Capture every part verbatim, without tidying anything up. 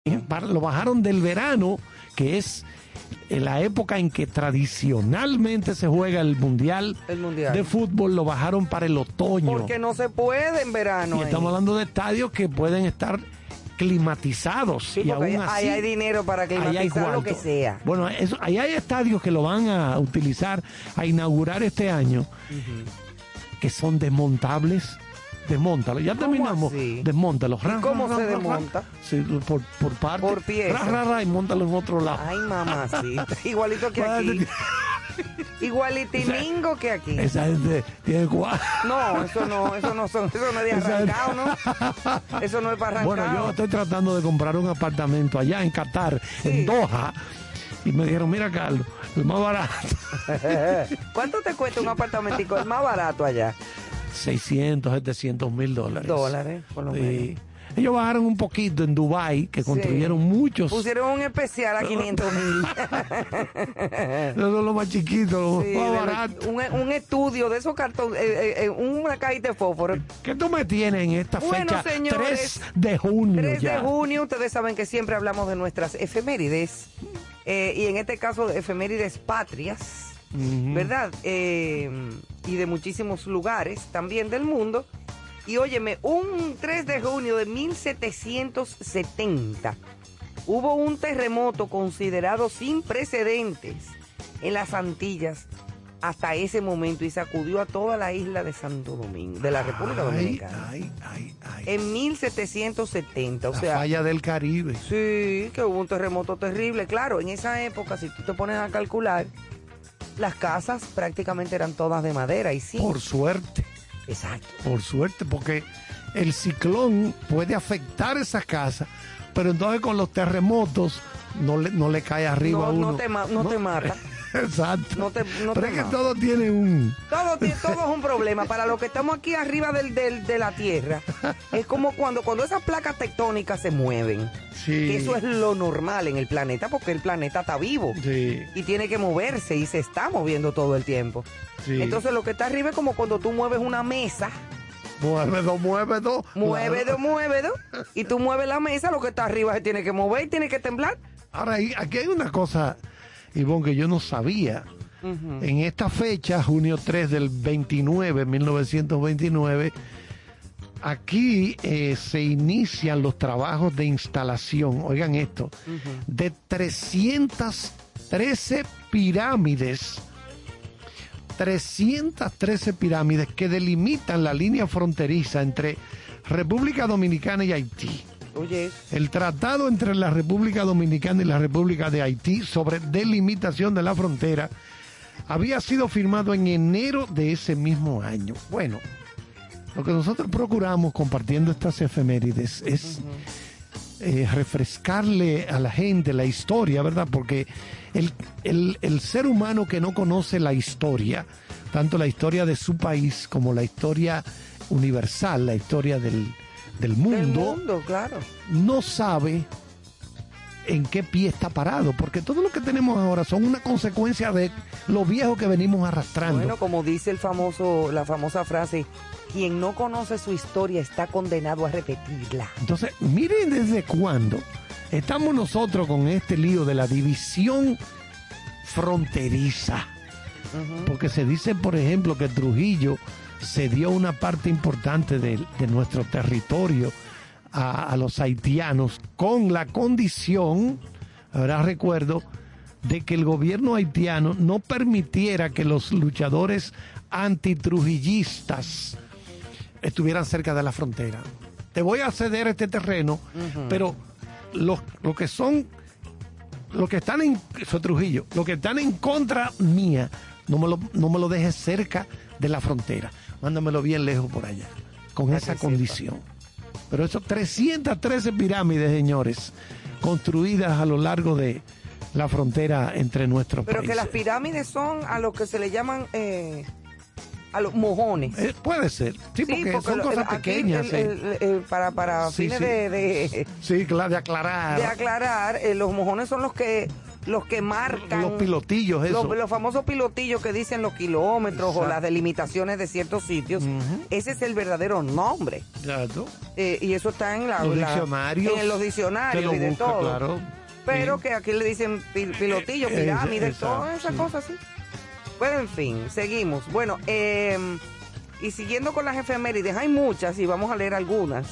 Lo bajaron del verano, que es en la época en que tradicionalmente se juega el mundial, el mundial de fútbol, lo bajaron para el otoño. Porque no se puede en verano. Y ahí estamos hablando de estadios que pueden estar climatizados. Sí, y aún ahí, así, ahí hay dinero para climatizar lo que sea. Bueno, eso, ahí hay estadios que lo van a utilizar, a inaugurar este año, uh-huh. que son desmontables. Desmóntalo, ya terminamos. Así? Desmóntalo. ¿Y cómo ra, se ra, desmonta? Ra, sí, por, por parte. Por pieza. Ra, ra, ra, y móntalo en otro lado. Ay, mamacita. Igualito que aquí. Igualitiningo que aquí. Esa gente tiene cuatro. No, eso no, eso no son, eso no es de arrancado, ¿no? Eso no es para arrancar. Bueno, yo estoy tratando de comprar un apartamento allá en Qatar, sí. en Doha. Y me dijeron, mira, Carlos, el más barato. ¿Cuánto te cuesta un apartamentico? El más barato allá. seiscientos, setecientos mil dólares. Dólares, por lo menos. Sí. Ellos bajaron un poquito en Dubái, que construyeron sí. muchos. Pusieron un especial a quinientos mil. Eso es lo más chiquito, sí, lo más barato. Un, un estudio de esos cartones, eh, eh, una cajita de fósforo. ¿Qué tú me tienes en esta bueno, fecha? Señores, tres de junio tres ya. de junio, ustedes saben que siempre hablamos de nuestras efemérides. Eh, y en este caso, efemérides patrias. Uh-huh. ¿Verdad? Eh, y de muchísimos lugares también del mundo. Y óyeme, un tres de junio de mil setecientos setenta hubo un terremoto considerado sin precedentes en las Antillas hasta ese momento y sacudió a toda la isla de Santo Domingo, de la República ay, Dominicana. Ay, ay, ay. En mil setecientos setenta, o la sea... falla del Caribe. Sí, que hubo un terremoto terrible. Claro, en esa época, si tú te pones a calcular, las casas prácticamente eran todas de madera y sí. Por suerte. Exacto. Por suerte, porque el ciclón puede afectar esas casas, pero entonces con los terremotos no le, no le cae arriba no, a uno. No te, ma- no no te mata. Exacto. No te, no pero te es que mata. todo tiene un... Todo, todo es un problema. Para los que estamos aquí arriba del, del, de la Tierra, es como cuando, cuando esas placas tectónicas se mueven. Sí. Que eso es lo normal en el planeta, porque el planeta está vivo. Sí. Y tiene que moverse y se está moviendo todo el tiempo. Sí. Entonces lo que está arriba es como cuando tú mueves una mesa. Muévedo, muévedo. Muévedo, muévedo. Y tú mueves la mesa, lo que está arriba se tiene que mover y tiene que temblar. Ahora, aquí hay una cosa, Ivonne, que yo no sabía. Uh-huh. En esta fecha, junio tres del veintinueve, mil novecientos veintinueve, aquí eh, se inician los trabajos de instalación, oigan esto, uh-huh. de trescientas trece pirámides, trescientas trece pirámides que delimitan la línea fronteriza entre República Dominicana y Haití. Oye. El tratado entre la República Dominicana y la República de Haití sobre delimitación de la frontera había sido firmado en enero de ese mismo año. Bueno, lo que nosotros procuramos compartiendo estas efemérides es uh-huh. eh, refrescarle a la gente la historia, ¿verdad? Porque el, el, el ser humano que no conoce la historia, tanto la historia de su país como la historia universal, la historia del del mundo, del mundo, claro, no sabe en qué pie está parado, porque todo lo que tenemos ahora son una consecuencia de lo viejo que venimos arrastrando. Bueno, como dice el famoso, la famosa frase, quien no conoce su historia está condenado a repetirla. Entonces, miren desde cuándo estamos nosotros con este lío de la división fronteriza. Uh-huh. Porque se dice, por ejemplo, que Trujillo se dio una parte importante de, de nuestro territorio a, a los haitianos con la condición, ahora recuerdo, de que el gobierno haitiano no permitiera que los luchadores antitrujillistas estuvieran cerca de la frontera. Te voy a ceder este terreno, uh-huh. pero los, los que son, los que están en, soy Trujillo, los que están en contra mía, no me lo, no me lo dejes cerca de la frontera. Mándamelo bien lejos por allá, con esa condición. Pero esos trescientas trece pirámides, señores, construidas a lo largo de la frontera entre nuestros Pero países. Pero que las pirámides son a lo que se le llaman eh, a los mojones. Eh, puede ser, sí, porque, sí, porque son lo, cosas el, pequeñas. El, el, el, el, para para sí, fines sí. De, de... Sí, claro, de aclarar. De aclarar, eh, los mojones son los que los que marcan. Los pilotillos, eso. Los, los famosos pilotillos que dicen los kilómetros. Exacto. O las delimitaciones de ciertos sitios. Uh-huh. Ese es el verdadero nombre. Exacto. Eh, y eso está en la, los la, diccionarios. En los diccionarios y de busca, todo. Claro. Pero sí. que aquí le dicen pil, pilotillo, pirámides, todas esas sí. cosas así. Bueno, en fin, seguimos. Bueno, eh, y siguiendo con las efemérides, hay muchas y vamos a leer algunas.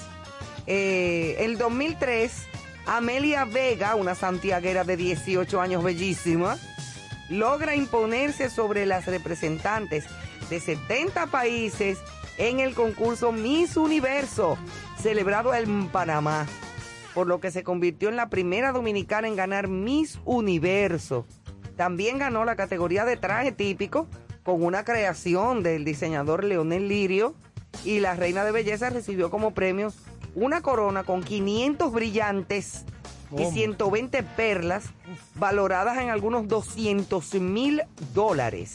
Eh, el dos mil tres, Amelia Vega, una santiaguera de dieciocho años bellísima, logra imponerse sobre las representantes de setenta países en el concurso Miss Universo, celebrado en Panamá, por lo que se convirtió en la primera dominicana en ganar Miss Universo. También ganó la categoría de traje típico con una creación del diseñador Leonel Lirio, y la reina de belleza recibió como premios una corona con quinientos brillantes y ciento veinte perlas, valoradas en algunos doscientos mil dólares.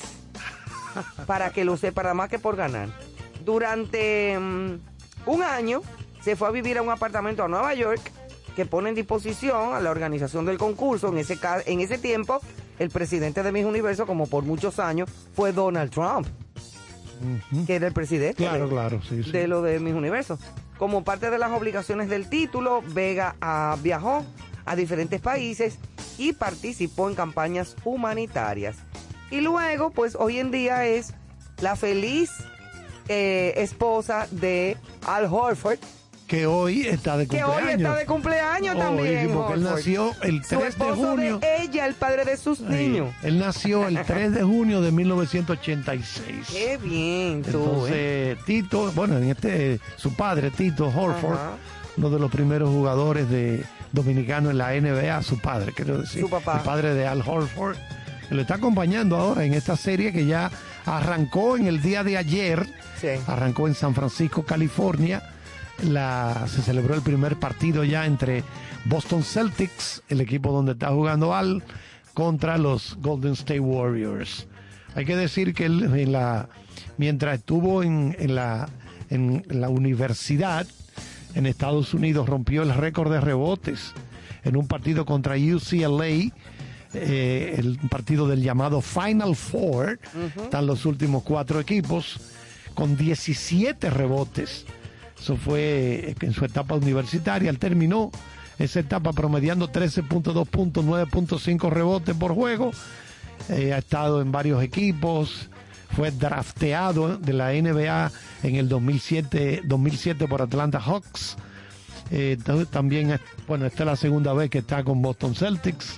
Para que lo sepa, nada más que por ganar. Durante um, un año se fue a vivir a un apartamento a Nueva York que pone en disposición a la organización del concurso. En ese, en ese tiempo, el presidente de Miss Universo, como por muchos años, fue Donald Trump, uh-huh. que era el presidente claro, de, claro, sí, sí. de lo de Miss Universo. Como parte de las obligaciones del título, Vega uh, viajó a diferentes países y participó en campañas humanitarias. Y luego, pues hoy en día es la feliz eh, esposa de Al Horford, que hoy está de cumpleaños. Que hoy está de cumpleaños hoy, también. Porque él nació el tres de junio. De ella, el padre de sus niños. Sí, él nació el tres de junio de mil novecientos ochenta y seis. Qué bien, tú. Entonces, eh. Tito, bueno, en este, su padre, Tito Horford, ajá. uno de los primeros jugadores de dominicano en la N B A, su padre, quiero decir. Su papá. El padre de Al Horford. Lo está acompañando ahora en esta serie que ya arrancó en el día de ayer. Sí. Arrancó en San Francisco, California. La, se celebró el primer partido ya entre Boston Celtics, el equipo donde está jugando Al, contra los Golden State Warriors. Hay que decir que él, en la, mientras estuvo en, en, la, en la universidad en Estados Unidos, rompió el récord de rebotes en un partido contra U C L A, eh, el partido del llamado Final Four. Uh-huh. Están los últimos cuatro equipos con diecisiete rebotes. Eso fue en su etapa universitaria. Él terminó esa etapa promediando trece punto dos puntos, nueve punto cinco rebotes por juego. Eh, ha estado en varios equipos. Fue drafteado de la N B A en el dos mil siete, dos mil siete por Atlanta Hawks. Eh, también, bueno, esta es la segunda vez que está con Boston Celtics.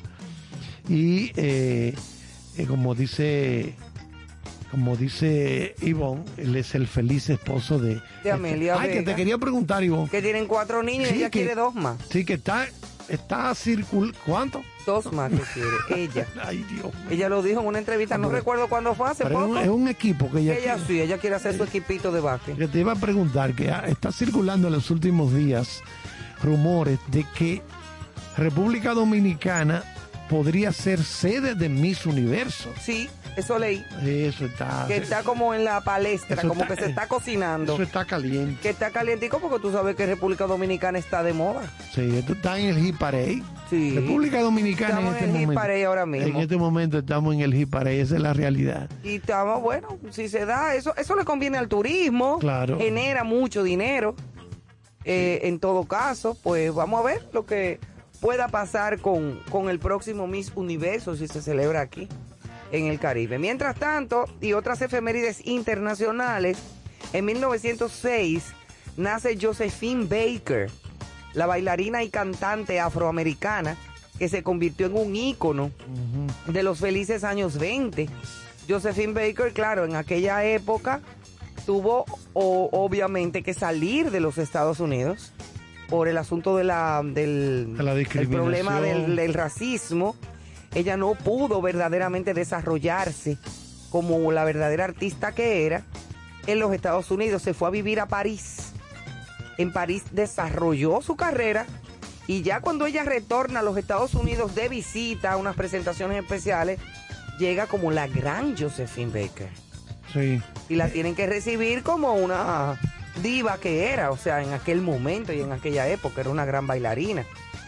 Y eh, eh, como dice... Como dice Ivonne, él es el feliz esposo de... De Amelia Ay, Vega. Que te quería preguntar, Ivonne. Que tienen cuatro niños, sí, y ella que, quiere dos más. Sí, que está... Está circul... ¿Cuánto? Dos más que quiere, ella. Ay, Dios mío. Ella lo dijo en una entrevista, no, no recuerdo cuándo fue, hace pero poco. Es un equipo que ella Ella quiere. sí, ella quiere hacer eh, su equipito de básquet. Que te iba a preguntar, que está circulando en los últimos días rumores de que República Dominicana podría ser sede de Miss Universo. Sí, eso leí. Eso está... Que está como en la palestra, como está, que se está cocinando. Eso está caliente. Que está calientico porque tú sabes que República Dominicana está de moda. Sí, esto está en el Hit Parade. Sí. República Dominicana estamos en este en el momento. Hit Parade ahora mismo. En este momento estamos en el Hit Parade, esa es la realidad. Y estamos, bueno, si se da, eso eso le conviene al turismo. Claro. Genera mucho dinero. Eh, sí. En todo caso, pues vamos a ver lo que pueda pasar con, con el próximo Miss Universo si se celebra aquí en el Caribe. Mientras tanto, y otras efemérides internacionales, en mil novecientos seis nace Josephine Baker, la bailarina y cantante afroamericana que se convirtió en un ícono uh-huh. de los felices años veinte. Josephine Baker, claro, en aquella época tuvo o, obviamente que salir de los Estados Unidos por el asunto de la, del de la discriminación. El problema del, del racismo. Ella no pudo verdaderamente desarrollarse como la verdadera artista que era en los Estados Unidos. Se fue a vivir a París. En París desarrolló su carrera y ya cuando ella retorna a los Estados Unidos de visita a unas presentaciones especiales, llega como la gran Josephine Baker. Sí. Y la tienen que recibir como una diva que era, o sea, en aquel momento y en aquella época era una gran bailarina.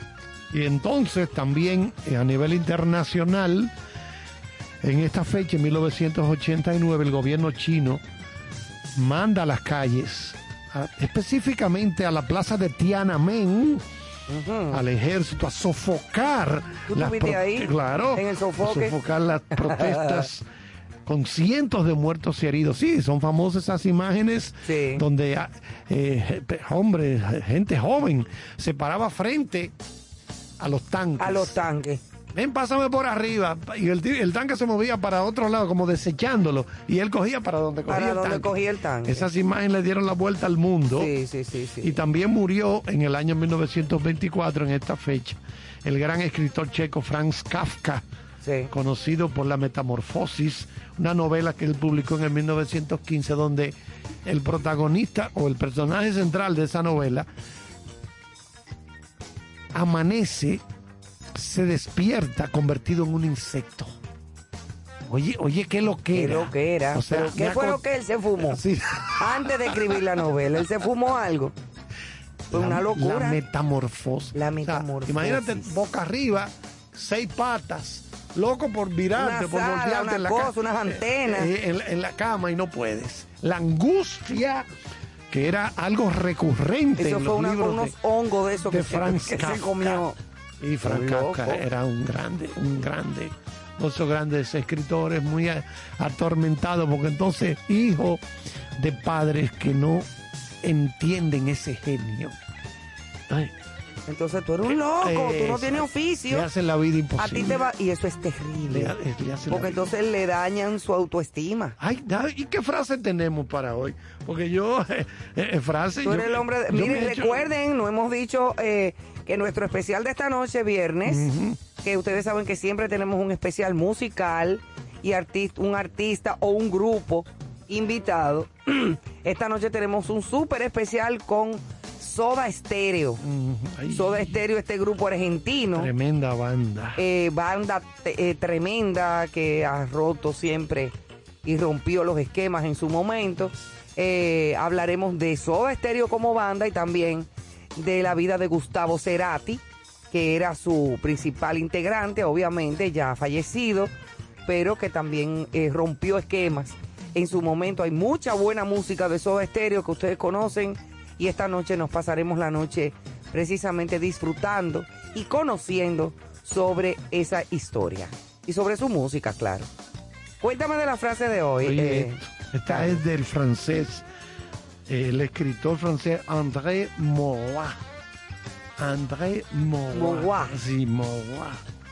Y entonces también eh, a nivel internacional, en esta fecha, en mil novecientos ochenta y nueve, el gobierno chino manda a las calles, a, específicamente a la plaza de Tiananmen, uh-huh. al ejército, a sofocar ¿Tú las estuviste pro- ahí? claro, en el sofoque. a sofocar las protestas con cientos de muertos y heridos. Sí, son famosas esas imágenes Sí. donde eh, hombres, gente joven, se paraba frente a los tanques. A los tanques. Ven, pásame por arriba. Y el, el tanque se movía para otro lado, como desechándolo. Y él cogía para donde cogía Para el donde tanque. cogía el tanque. Esas imágenes le dieron la vuelta al mundo. Sí, sí, sí, sí. Y también murió en el año mil novecientos veinticuatro, en esta fecha, el gran escritor checo Franz Kafka, Sí. conocido por La Metamorfosis, una novela que él publicó en el mil novecientos quince, donde el protagonista o el personaje central de esa novela amanece, se despierta convertido en un insecto. Oye, oye, qué lo que ¿Qué era. lo que era? O sea, ¿Pero ¿Qué me fue aco- lo que él se fumó? Sí. Antes de escribir la novela, él se fumó algo. Fue una locura. La metamorfosis. La O sea, metamorfosis. imagínate, boca arriba, seis patas, loco por virarte, Una por sala, voltearte una en la cosa, ca- unas antenas. eh, eh, en, en la cama y no puedes. La angustia, que era algo recurrente Eso en fue los una, libros unos de, hongos de esos de que, se- Franz que se Kafka. comió. Y Franz Muy Kafka loco. era un grande, un grande, otros grandes escritores, muy a- atormentado, porque entonces hijo de padres que no entienden ese genio. Ay, Entonces tú eres un loco, tú no eso, tienes oficio. le hacen la vida A imposible. ti te va, y eso es terrible. Le, le hacen la Porque vida. entonces le dañan su autoestima. Ay, da- ¿y qué frase tenemos para hoy? Porque yo, eh, eh, frase... Tú yo- eres el hombre de... yo Miren, me he hecho- recuerden, no hemos dicho eh, que nuestro especial de esta noche, viernes, Ujú. que ustedes saben que siempre tenemos un especial musical y artista, un artista o un grupo invitado. Esta noche tenemos un súper especial con Soda Stereo. Ujú. Ay, Soda Stereo, este grupo argentino. tremenda banda. Eh, banda te- eh, tremenda que ha roto siempre y rompió los esquemas en su momento. Eh, hablaremos de Soda Stereo como banda y también de la vida de Gustavo Cerati, que era su principal integrante, obviamente ya fallecido, pero que también eh, rompió esquemas en su momento. Hay mucha buena música de Soda Stereo que ustedes conocen y esta noche nos pasaremos la noche precisamente disfrutando y conociendo sobre esa historia y sobre su música, claro. Cuéntame de la frase de hoy. Oye, eh, esta es del francés, eh, el escritor francés André Maurois. André Maurois. Maurois. Sí, Maurois.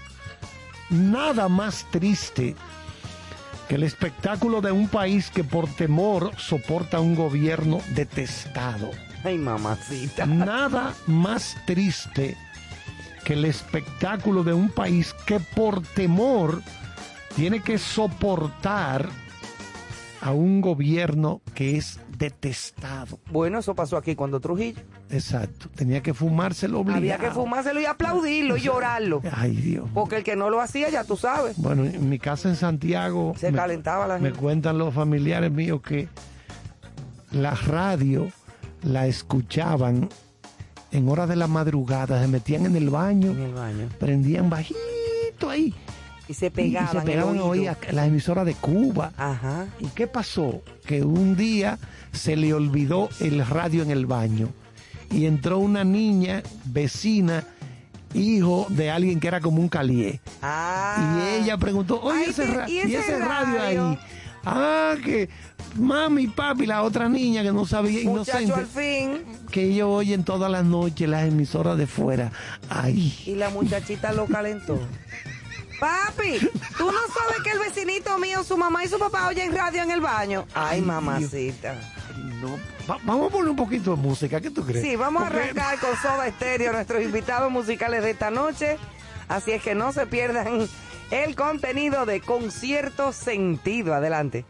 Nada más triste que el espectáculo de un país que por temor soporta un gobierno detestado. Ay, mamacita. Nada más triste que el espectáculo de un país que por temor tiene que soportar a un gobierno que es detestado. Bueno, eso pasó aquí cuando Trujillo. Exacto, tenía que fumárselo obligado. Había que fumárselo y aplaudirlo y llorarlo. Ay, Dios. Porque el que no lo hacía, ya tú sabes, Bueno, en mi casa en Santiago se me, calentaba la me gente. cuentan los familiares míos que la radio la escuchaban en horas de la madrugada, se metían en el baño, En el baño. prendían bajito ahí Y se y pegaban. se pegaban el a oído. oír a las emisoras de Cuba. Ajá. ¿Y qué pasó? Que un día se le olvidó el radio en el baño y entró una niña vecina, hijo de alguien que era como un calié. Ah. Y ella preguntó, oye, Ay, ese, te- ra- ¿y ¿y ese ese radio radio? ahí? Ah, que mami, papi, la otra niña que no sabía, Muchacho, inocente, al fin. que ellos oyen todas las noches las emisoras de fuera. Ay, Y la muchachita lo calentó. Papi, ¿tú no sabes que el vecinito mío, su mamá y su papá oyen radio en el baño? Ay, Ay, mamacita. no. Va- vamos a poner un poquito de música, ¿qué tú crees? Sí, vamos a Porque- arrancar con Soda Stereo, nuestros invitados musicales de esta noche. Así es que no se pierdan el contenido de Concierto Sentido. Adelante.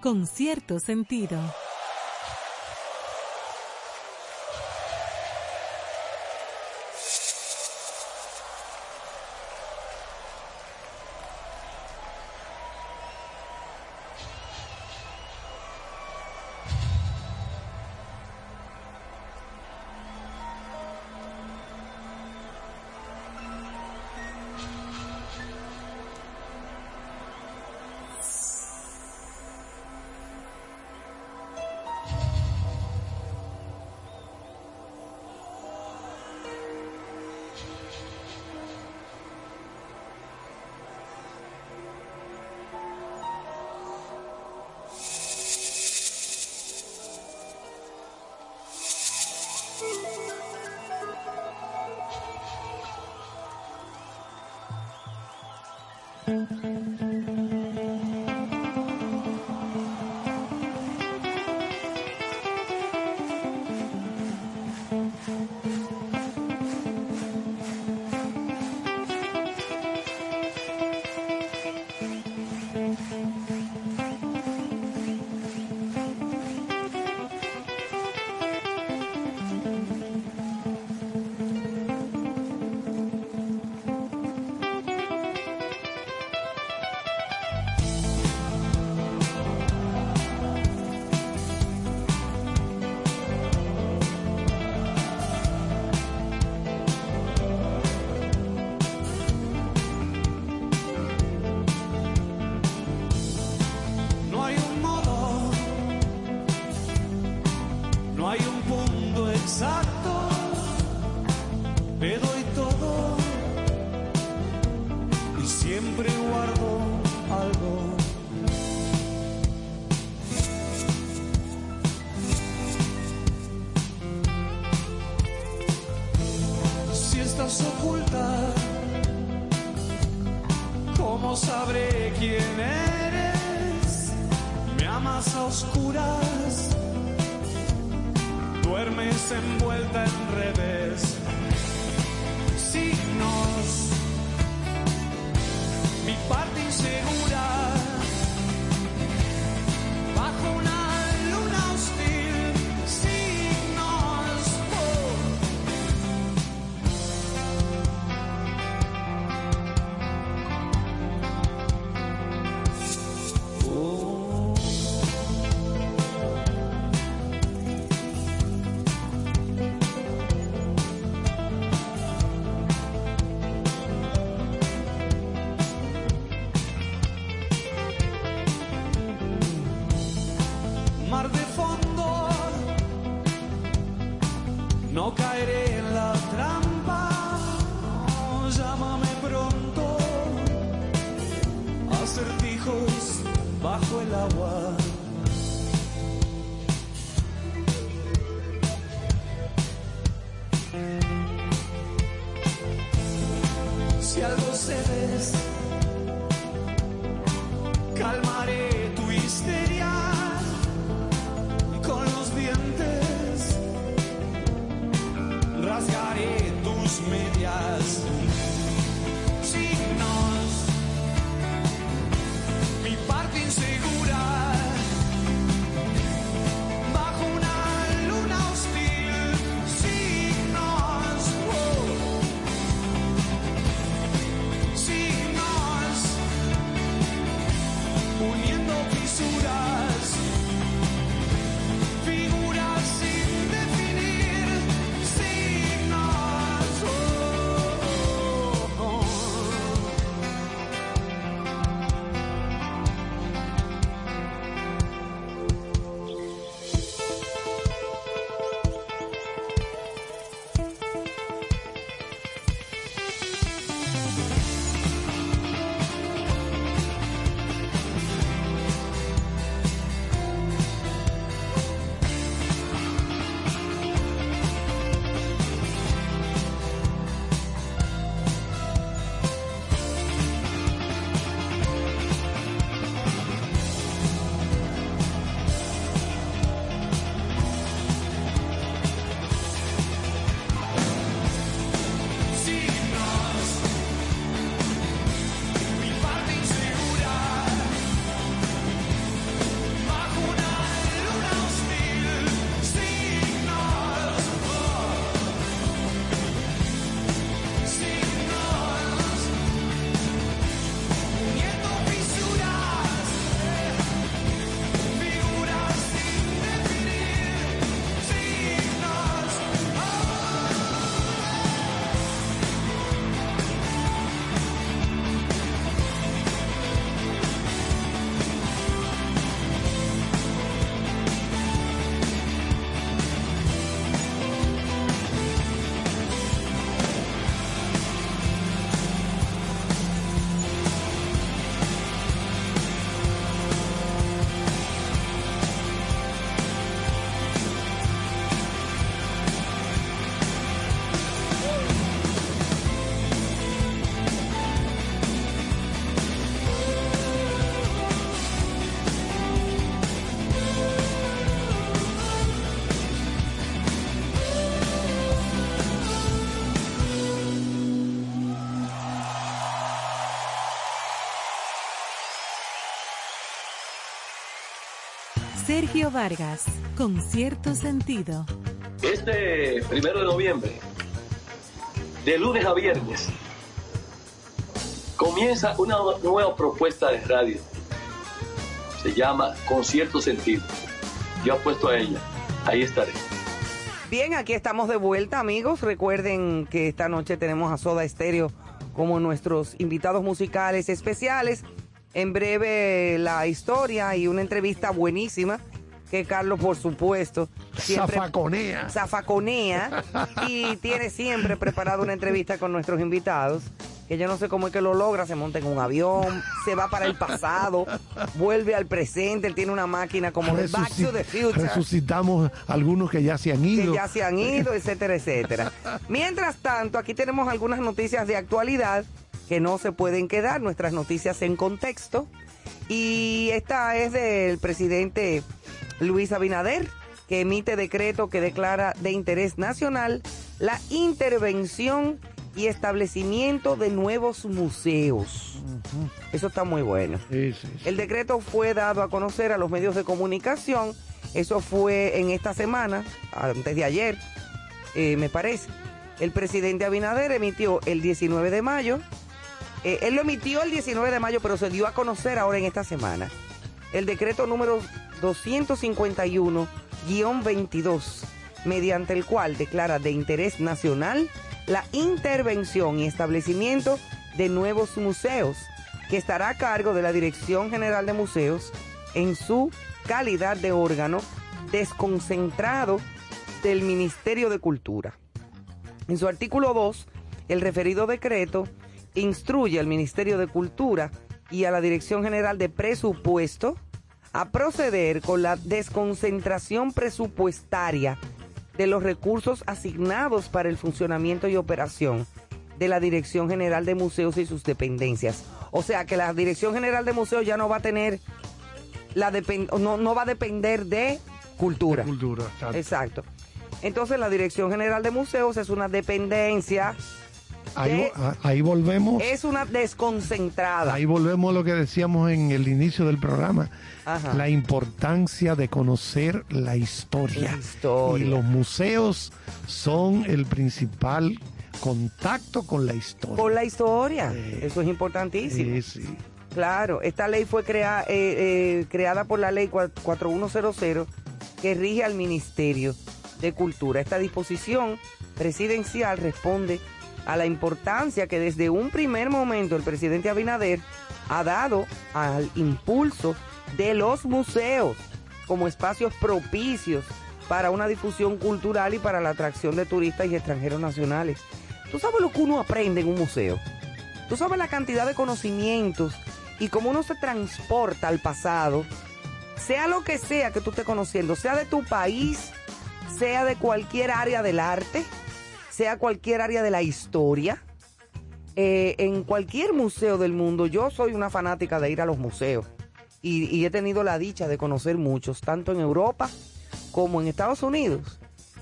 con cierto sentido. Mi parte insegura Sergio Vargas, con cierto sentido. Este primero de noviembre, de lunes a viernes, comienza una nueva propuesta de radio. Se llama Con cierto sentido. Yo apuesto a ella. Ahí estaré. Bien, aquí estamos de vuelta, amigos. Recuerden que esta noche tenemos a Soda Stereo como nuestros invitados musicales especiales. En breve la historia y una entrevista buenísima que Carlos, por supuesto, siempre zafaconea. Zafaconea y tiene siempre preparado una entrevista con nuestros invitados, que yo no sé cómo es que lo logra. Se monta en un avión, se va para el pasado, vuelve al presente. Él tiene una máquina como de Back to the Future. Resucitamos algunos que ya se han ido. Que ya se han ido, etcétera, etcétera. Mientras tanto, aquí tenemos algunas noticias de actualidad que no se pueden quedar, nuestras noticias en contexto. Y esta es del presidente Luis Abinader, que emite decreto que declara de interés nacional la intervención y establecimiento de nuevos museos. Uh-huh. Eso está muy bueno. Sí, sí, sí. El decreto fue dado a conocer a los medios de comunicación. Eso fue en esta semana, antes de ayer, eh, me parece. El presidente Abinader emitió el diecinueve de mayo. Eh, él lo emitió el diecinueve de mayo, pero se dio a conocer ahora en esta semana. El decreto número doscientos cincuenta y uno guión veintidós, mediante el cual declara de interés nacional la intervención y establecimiento de nuevos museos, que estará a cargo de la Dirección General de Museos en su calidad de órgano desconcentrado del Ministerio de Cultura. En su artículo dos, el referido decreto instruye al Ministerio de Cultura y a la Dirección General de Presupuesto a proceder con la desconcentración presupuestaria de los recursos asignados para el funcionamiento y operación de la Dirección General de Museos y sus dependencias. O sea que la Dirección General de Museos ya no va a tener la depend- no, no va a depender de cultura. De cultura, exacto. Exacto. Entonces la Dirección General de Museos es una dependencia. Ahí, de, ahí volvemos. Es una desconcentrada. Ahí volvemos a lo que decíamos en el inicio del programa. Ajá. La importancia de conocer la historia. La historia. Y los museos son el principal contacto con la historia. Con la historia. Eh, Eso es importantísimo. Sí, sí. Claro, esta ley fue crea, eh, eh, creada por la ley cuatro mil ciento que rige al Ministerio de Cultura. Esta disposición presidencial responde a la importancia que desde un primer momento el presidente Abinader ha dado al impulso de los museos como espacios propicios para una difusión cultural y para la atracción de turistas y extranjeros nacionales. ¿Tú sabes lo que uno aprende en un museo? ¿Tú sabes la cantidad de conocimientos y cómo uno se transporta al pasado? Sea lo que sea que tú estés conociendo, sea de tu país, sea de cualquier área del arte, sea cualquier área de la historia, eh, en cualquier museo del mundo. Yo soy una fanática de ir a los museos y, y he tenido la dicha de conocer muchos, tanto en Europa como en Estados Unidos.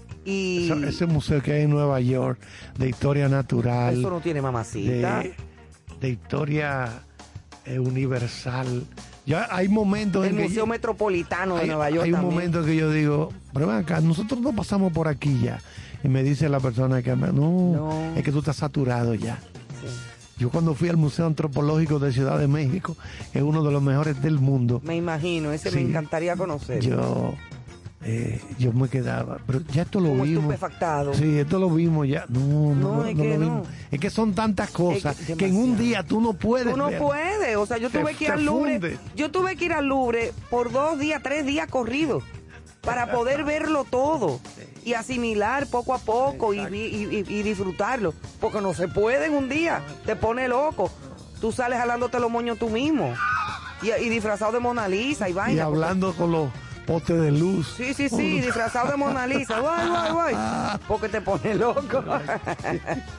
Y Ese, ese museo que hay en Nueva York, de historia natural. Eso no tiene mamacita. De, de historia eh, universal. Ya hay momentos el en Museo que Metropolitano de hay, Nueva York hay un también. momento que yo digo, pero ven acá, nosotros no pasamos por aquí ya. Y me dice la persona que me, no, no. es que tú estás saturado ya. Sí. Yo cuando fui al Museo Antropológico de Ciudad de México, es uno de los mejores del mundo. Me imagino, ese Sí. me encantaría conocer. Yo, eh, yo me quedaba, pero ya esto lo Como vimos. estupefactado. Sí, esto lo vimos ya. No, no, No, no, es no que lo no. vimos. Es que son tantas cosas Es que que, en un demasiado. día tú no puedes Tú no ver. puedes, o sea, yo Se- tuve que ir se al Louvre, funde. yo tuve que ir al Louvre por dos días, tres días corridos para poder verlo todo y asimilar poco a poco y, vi- y, y- y disfrutarlo, porque no se puede en un día, te pone loco. Tú sales jalándote los moños tú mismo y, y disfrazado de Mona Lisa y vaina. Y hablando con los postes de luz. porque- Sí, sí, sí, disfrazado de Mona Lisa, guay, guay, guay, porque te pone loco.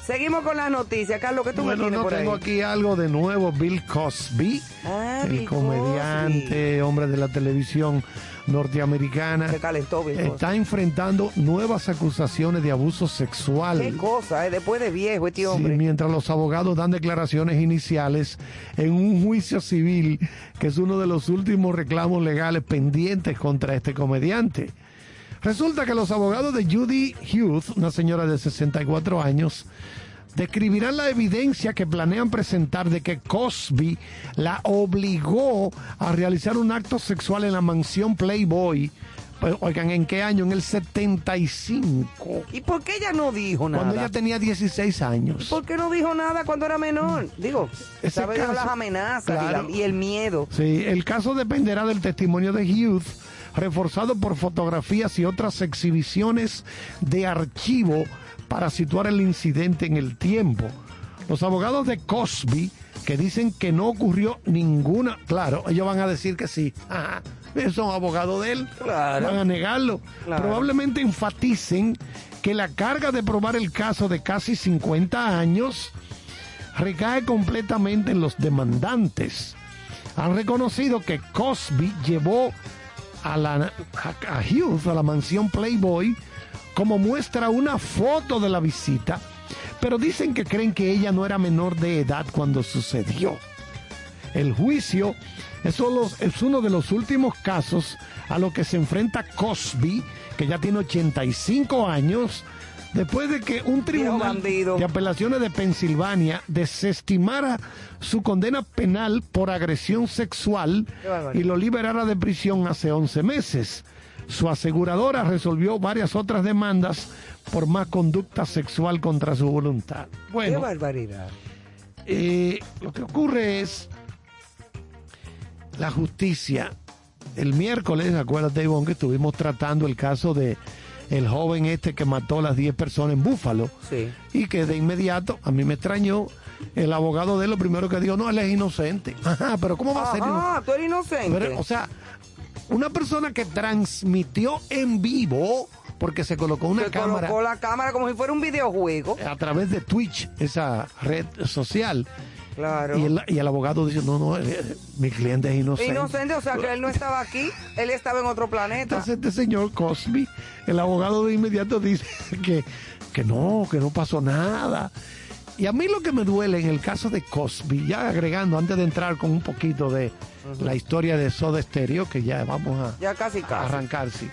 Seguimos con las noticias. Carlos, ¿qué tú Bueno, me tienes no por tengo ahí? aquí algo de nuevo. Bill Cosby, Ah, el Bill comediante, Cosby. hombre de la televisión norteamericana, Se calentó Bill Cosby. está enfrentando nuevas acusaciones de abuso sexual. Qué cosa, ¿eh? Después de viejo este Sí, hombre. mientras los abogados dan declaraciones iniciales en un juicio civil, que es uno de los últimos reclamos legales pendientes contra este comediante. Resulta que los abogados de Judy Hughes, una señora de sesenta y cuatro años, describirán la evidencia que planean presentar de que Cosby la obligó a realizar un acto sexual en la mansión Playboy. Pues, oigan, ¿en qué año? En el setenta y cinco. ¿Y por qué ella no dijo nada? Cuando ella tenía dieciséis años. ¿Por qué no dijo nada cuando era menor? Digo, Ese sabe Dios caso, las amenazas claro. y, la- y el miedo. Sí, el caso dependerá del testimonio de Hughes, reforzado por fotografías y otras exhibiciones de archivo para situar el incidente en el tiempo. Los abogados de Cosby, que dicen que no ocurrió ninguna, claro, ellos van a decir que sí. Ajá, son abogados de él, Claro. van a negarlo. Claro. Probablemente enfaticen que la carga de probar el caso de casi cincuenta años recae completamente en los demandantes. Han reconocido que Cosby llevó a, la, a, a Hughes a la mansión Playboy, como muestra una foto de la visita, pero dicen que creen que ella no era menor de edad cuando sucedió. El juicio es, solo, es uno de los últimos casos a lo que se enfrenta Cosby, que ya tiene ochenta y cinco años, después de que un tribunal bandido. de apelaciones de Pensilvania desestimara su condena penal por agresión sexual Qué barbaridad. y lo liberara de prisión hace once meses. Su aseguradora resolvió varias otras demandas por más conducta sexual contra su voluntad. Qué Bueno, barbaridad. eh, lo que ocurre es la justicia. El miércoles, acuérdate, Ivonne, que estuvimos tratando el caso de el joven este que mató a las diez personas en Búfalo. Sí. Y que de inmediato, a mí me extrañó, el abogado de él lo primero que dijo, no, él es inocente. Ajá, pero ¿cómo va a ser inocente? Ah, tú eres inocente. Pero, o sea, una persona que transmitió en vivo, porque se colocó una Se cámara colocó la cámara como si fuera un videojuego. a través de Twitch, esa red social, Claro. y el, y el abogado dice, no, no, eh, mi cliente es inocente. Inocente, o sea que él no estaba aquí, él estaba en otro planeta. Entonces este señor Cosby, el abogado de inmediato dice que, que no, que no pasó nada. Y a mí lo que me duele en el caso de Cosby, ya agregando, antes de entrar con un poquito de uh-huh. la historia de Soda Stereo, que ya vamos a, ya casi, a casi. arrancar, sí.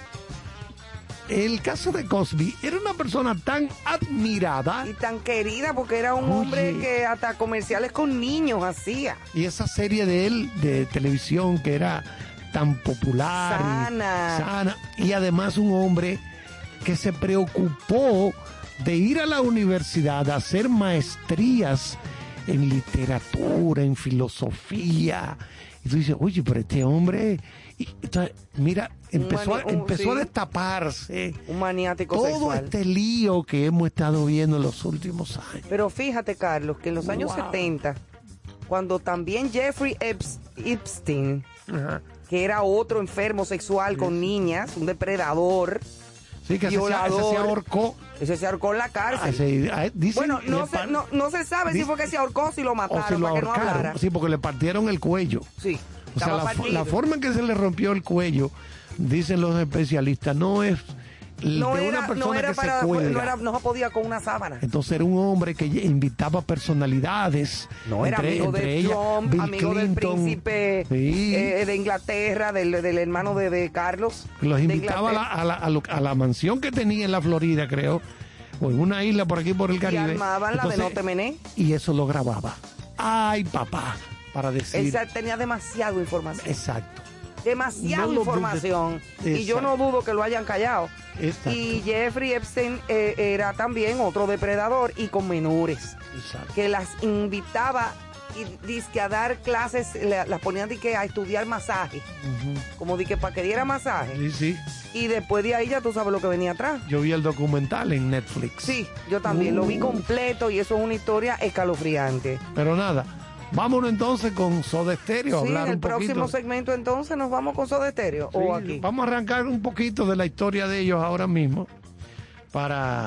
El caso de Cosby era una persona tan admirada. Y tan querida porque era un Oye. hombre que hasta comerciales con niños hacía. Y esa serie de él, de televisión, que era tan popular. Sana. Y, sana, y además un hombre que se preocupó de ir a la universidad a hacer maestrías en literatura, en filosofía. Y tú dices, oye, pero este hombre... Y, entonces, mira, empezó, mani- a, empezó sí. a destaparse un maniático todo sexual. este lío que hemos estado viendo en los últimos años. Pero fíjate, Carlos, que en los años Wow. setenta, cuando también Jeffrey Epps- Epstein, Ajá. que era otro enfermo sexual Sí, con sí. niñas, un depredador, Sí, que ese se, violador, ese se ahorcó. ese se ahorcó en la Ah, cárcel. ese- ah, dicen, bueno, no le se, par- no, no se sabe si dice- fue que se ahorcó o si lo o mataron si lo para que no ahorcaron. hablara. Sí, porque le partieron el cuello. Sí, O sea, estaba la, fo- partido. la forma en que se le rompió el cuello, dicen los especialistas, no es l- no de era, una persona no era que para, se cuelga. no, era, no se podía con una sábana. Entonces era un hombre que invitaba personalidades. No, era entre, amigo entre de ellas, Trump, Bill amigo Clinton. del príncipe Sí. eh, de Inglaterra, del, del hermano de, de Carlos. Los de invitaba a la, Inglaterra. a, la, a, lo- a la mansión que tenía en la Florida, creo, o en una isla por aquí por el Y Caribe. armaban la de No Te Mené. Y eso lo grababa. Ay, papá, para decir. Él se- tenía demasiada información. Exacto. Demasiada No lo información. dudes. Y yo no Exacto. dudo que lo hayan callado. Exacto. Y Jeffrey Epstein eh, era también otro depredador y con menores. Exacto. Que las invitaba y dizque a dar clases, la- las ponían dizque a estudiar masaje. Ujú. Como dije para que diera masaje. Sí, sí. Y después de ahí ya tú sabes lo que venía atrás. Yo vi el documental en Netflix. Sí, yo también lo vi Uh. completo y eso es una historia escalofriante. Pero nada, vámonos entonces con Soda Stereo a Sí, hablar en el un poquito. próximo segmento entonces nos vamos con Soda Stereo Sí, o aquí. vamos a arrancar un poquito de la historia de ellos ahora mismo para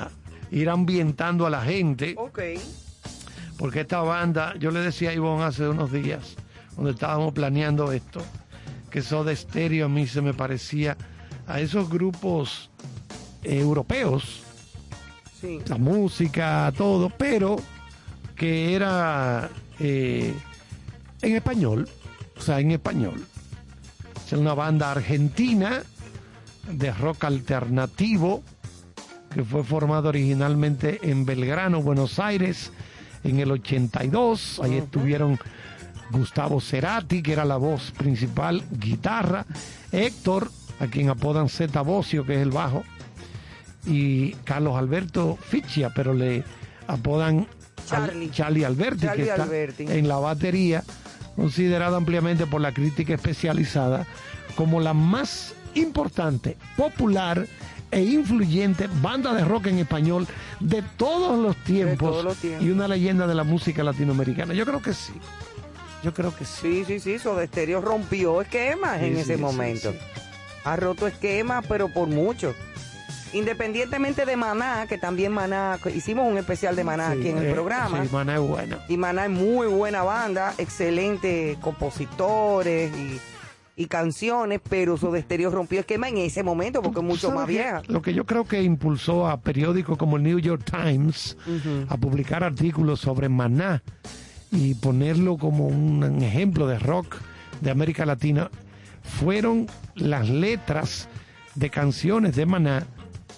ir ambientando a la gente. Ok. Porque esta banda, yo le decía a Ivonne hace unos días, donde estábamos planeando esto, que Soda Stereo a mí se me parecía a esos grupos eh, europeos, Sí. la música, todo, pero que era eh, en español, o sea, en español. Es una banda argentina de rock alternativo que fue formada originalmente en Belgrano, Buenos Aires, en el ochenta y dos. Ahí uh-huh. estuvieron Gustavo Cerati, que era la voz principal, guitarra, Héctor, a quien apodan Zeta Bosio, que es el bajo, y Carlos Alberto Ficcia, pero le apodan Charlie, Al, Charlie Alberti, Charlie que está Alberti. en la batería, considerada ampliamente por la crítica especializada como la más importante, popular e influyente banda de rock en español de todos los tiempos, todos los tiempos. Y una leyenda de la música latinoamericana. Yo creo que sí. Yo creo que sí. Sí, sí, sí. Soda Stereo rompió esquemas sí, en sí, ese sí, momento. sí. Ha roto esquemas, pero por mucho. Independientemente de Maná, que también Maná, hicimos un especial de Maná Sí, aquí en el eh, programa. Sí, Maná es buena. Y Maná es muy buena banda, excelentes compositores y, y canciones, pero Soda Stereo rompió esquema en ese momento porque es mucho más vieja. Lo que yo creo que impulsó a periódicos como el New York Times Uh-huh. a publicar artículos sobre Maná y ponerlo como un ejemplo de rock de América Latina fueron las letras de canciones de Maná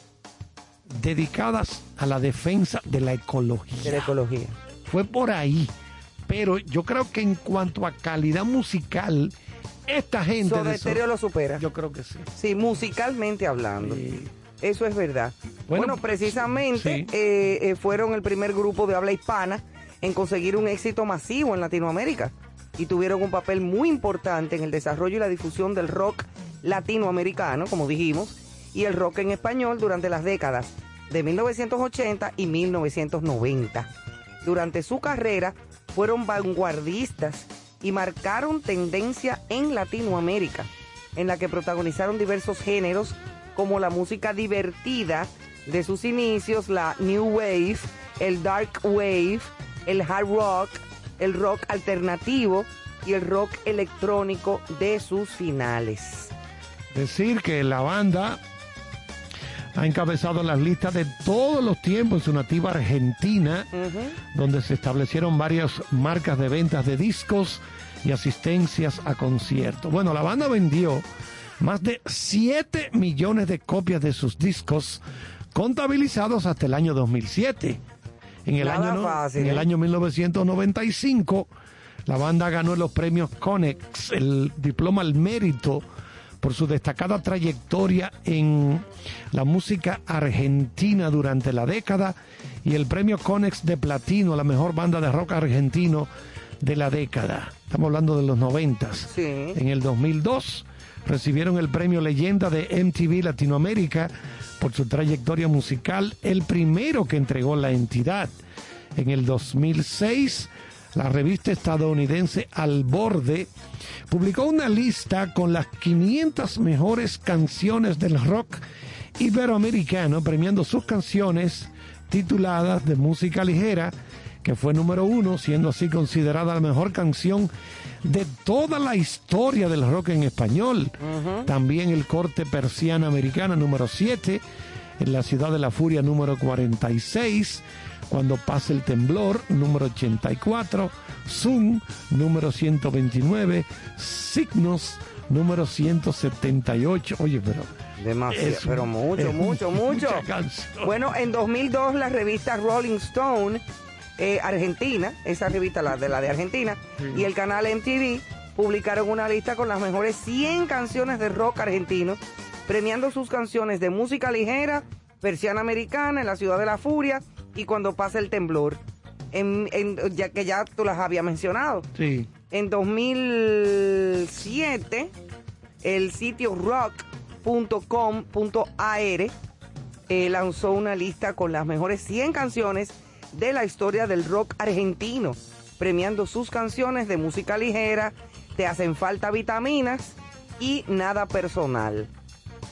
dedicadas a la defensa de la ecología. De la ecología. Fue por ahí. Pero yo creo que en cuanto a calidad musical, esta gente Soda de Stereo Soda- lo supera. yo creo que sí. Sí, musicalmente hablando. Sí. Eso es verdad. Bueno, Bueno, precisamente sí. eh, eh, fueron el primer grupo de habla hispana en conseguir un éxito masivo en Latinoamérica y tuvieron un papel muy importante en el desarrollo y la difusión del rock latinoamericano, como dijimos, y el rock en español durante las décadas de mil novecientos ochenta y mil novecientos noventa. Durante su carrera fueron vanguardistas y marcaron tendencia en Latinoamérica, en la que protagonizaron diversos géneros como la música divertida de sus inicios, la New Wave, el Dark Wave, el Hard Rock, el rock alternativo y el rock electrónico de sus finales. Decir que la banda ha encabezado las listas de todos los tiempos en su nativa Argentina, Uh-huh. donde se establecieron varias marcas de ventas de discos y asistencias a conciertos. Bueno, la banda vendió más de siete millones de copias de sus discos, contabilizados hasta el año dos mil siete. En el, Nada año, no- fácil, en el ¿eh? año mil novecientos noventa y cinco, la banda ganó los premios Conex, el diploma al mérito, por su destacada trayectoria en la música argentina durante la década, y el premio Conex de platino a la mejor banda de rock argentino de la década. Estamos hablando de los noventas. Sí. En el dos mil dos recibieron el premio Leyenda de M T V Latinoamérica por su trayectoria musical, el primero que entregó la entidad. En el dos mil seis, la revista estadounidense Al Borde publicó una lista con las quinientas mejores canciones del rock iberoamericano, premiando sus canciones tituladas de música ligera, que fue número uno, siendo así considerada la mejor canción de toda la historia del rock en español. Uh-huh. También el corte Persiana Americana número siete, En la Ciudad de la Furia número cuarenta y seis, Cuando pase el temblor número ochenta y cuatro, Zoom número ciento veintinueve, Signos número ciento setenta y ocho. Oye, pero Demasiado, es- pero mucho, es mucho, mucho. mucha canción. Bueno, en dos mil dos la revista Rolling Stone, eh, Argentina, esa revista la de la de Argentina, Sí. y el canal M T V publicaron una lista con las mejores cien canciones de rock argentino, premiando sus canciones de música ligera, Persiana Americana, En la Ciudad de la Furia y Cuando pase el temblor, en, en- ya que ya tú las habías mencionado. Sí. En dos mil siete, el sitio rock punto com punto a r eh, lanzó una lista con las mejores cien canciones de la historia del rock argentino, premiando sus canciones de música ligera, Te hacen falta vitaminas y Nada personal.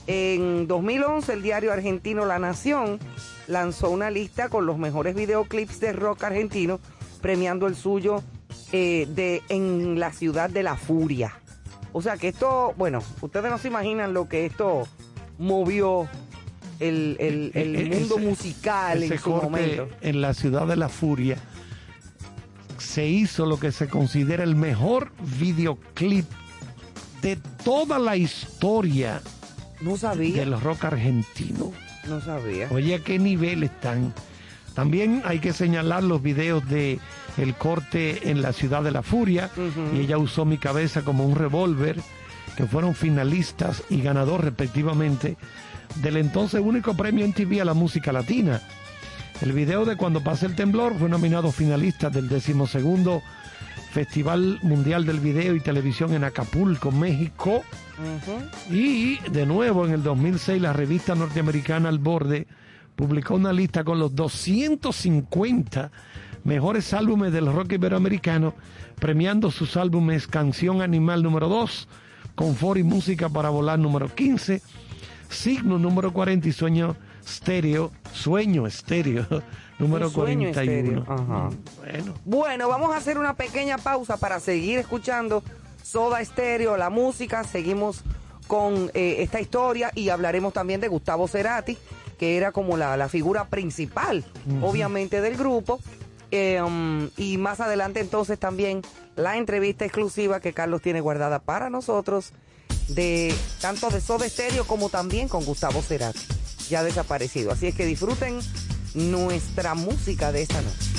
En dos mil once, el diario argentino La Nación lanzó una lista con los mejores videoclips de rock argentino, premiando el suyo eh, de En la ciudad de la furia. O sea que esto, bueno, ustedes no se imaginan lo que esto movió el, el, el e- mundo ese, musical ese en su momento. En la ciudad de la furia se hizo lo que se considera el mejor videoclip de toda la historia. No sabía. Del rock argentino. No sabía. Oye, ¿a qué nivel están? También hay que señalar los videos de el corte En la ciudad de la furia, uh-huh. y Ella usó mi cabeza como un revólver, que fueron finalistas y ganador respectivamente del entonces único premio M T V a la música latina. El video de Cuando pase el temblor fue nominado finalista del decimosegundo Festival Mundial del Video y Televisión en Acapulco, México. Uh-huh. Y de nuevo en el dos mil seis la revista norteamericana Al Borde publicó una lista con los doscientos cincuenta mejores álbumes del rock iberoamericano, premiando sus álbumes Canción Animal número dos, Confort y Música para Volar número quince, Signo número cuarenta y Sueño Estéreo, Sueño Estéreo número cuarenta y uno. Ajá. Bueno. bueno, vamos a hacer una pequeña pausa para seguir escuchando Soda Stereo, la música. Seguimos con eh, esta historia y hablaremos también de Gustavo Cerati, que era como la, la figura principal, uh-huh. obviamente, del grupo. Eh, um, y más adelante entonces también la entrevista exclusiva que Carlos tiene guardada para nosotros, de tanto de Soda Stereo como también con Gustavo Cerati, ya desaparecido. Así es que disfruten nuestra música de esta noche.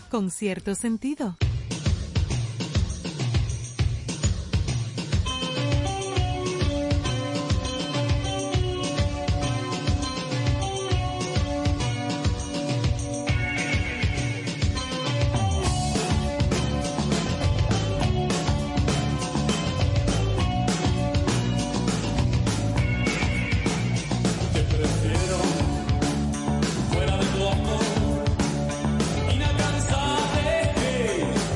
con cierto sentido. Fuera de tu amor, inalcanzable.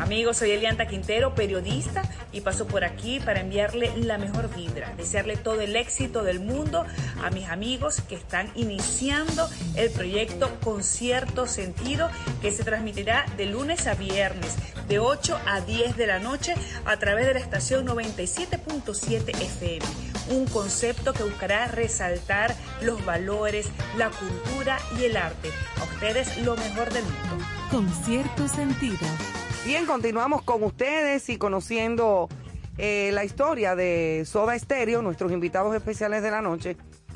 Amigos, soy Elianta Quintero, periodista, y paso por aquí para enviarle la mejor vibra, desearle todo el éxito del mundo a mis amigos que están iniciando el proyecto Concierto Sentido, que se transmitirá de lunes a viernes, de ocho a diez de la noche, a través de la estación noventa y siete punto siete F M. Un concepto que buscará resaltar los valores, la cultura y el arte. A ustedes lo mejor del mundo. Concierto Sentido. Bien, continuamos con ustedes y conociendo eh, la historia de Soda Stereo, nuestros invitados especiales de la noche.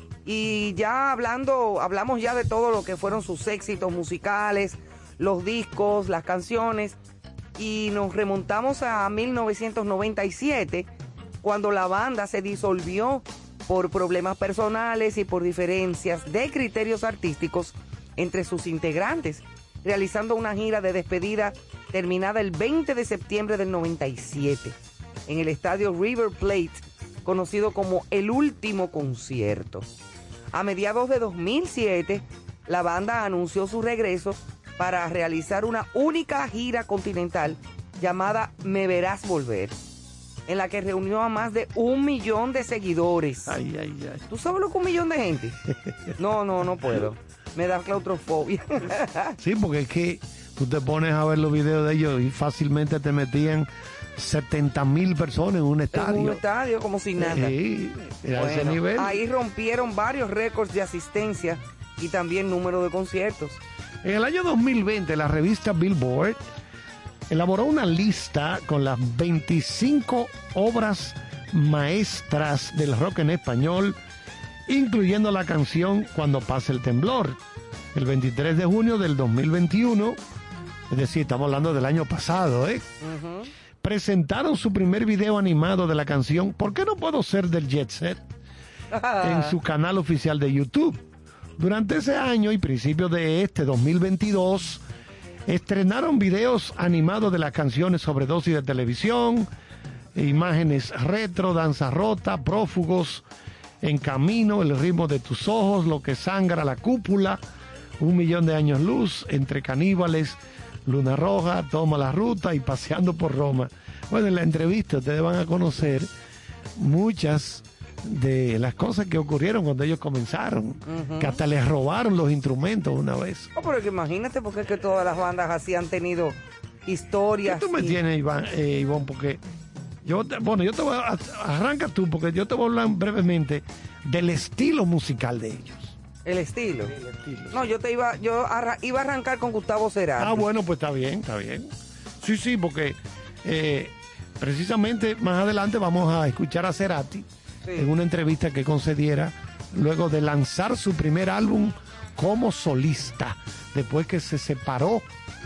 Y ya hablando, hablamos ya de todo lo que fueron sus éxitos musicales, los discos, las canciones. Y nos remontamos a mil novecientos noventa y siete, cuando la banda se disolvió por problemas personales y por diferencias de criterios artísticos entre sus integrantes, realizando una gira de despedida terminada el veinte de septiembre del noventa y siete en el estadio River Plate, conocido como el último concierto. A mediados de dos mil siete, la banda anunció su regreso para realizar una única gira continental llamada Me Verás Volver, en la que reunió a más de un millón de seguidores. Ay, ay, ay. ¿Tú sabes lo que un millón de gente? No, no, no puedo. Me da claustrofobia. Sí, porque es que tú te pones a ver los videos de ellos y fácilmente te metían setenta mil personas en un estadio. En un estadio, como si nada. Sí, era Bueno, ese nivel. ahí rompieron varios récords de asistencia y también número de conciertos. En el año dos mil veinte, la revista Billboard elaboró una lista con las veinticinco obras maestras del rock en español, incluyendo la canción Cuando pase el temblor. El veintitrés de junio del dos mil veintiuno, es decir, estamos hablando del año pasado, ¿eh? Uh-huh. Presentaron su primer video animado de la canción ¿Por qué no puedo ser del Jet Set? En su canal oficial de YouTube. Durante ese año y principios de este dos mil veintidós, estrenaron videos animados de las canciones Sobredosis de televisión, imágenes retro, Danza rota, Prófugos, En camino, El ritmo de tus ojos, Lo que sangra, La cúpula, Un millón de años luz, Entre caníbales, Luna roja, Toma la ruta y Paseando por Roma. Bueno, en la entrevista ustedes van a conocer muchas de las cosas que ocurrieron cuando ellos comenzaron, uh-huh. que hasta les robaron los instrumentos una vez. Oh, pero que imagínate, porque es que todas las bandas así han tenido historias. ¿Qué tú me y... tienes, Iván, eh, Iván? Porque yo, te, bueno, yo te voy a, arranca tú, porque yo te voy a hablar brevemente del estilo musical de ellos. ¿El estilo? Sí, el estilo. No, yo te iba, yo arra, iba a arrancar con Gustavo Cerati. Ah, bueno, pues está bien, está bien. Sí, sí, porque eh, precisamente más adelante vamos a escuchar a Cerati, sí, en una entrevista que concediera luego de lanzar su primer álbum como solista, después que se separó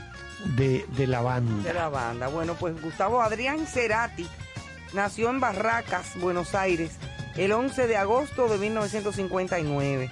de, de la banda. De la banda. Bueno, pues Gustavo Adrián Cerati nació en Barracas, Buenos Aires, el once de agosto de mil novecientos cincuenta y nueve.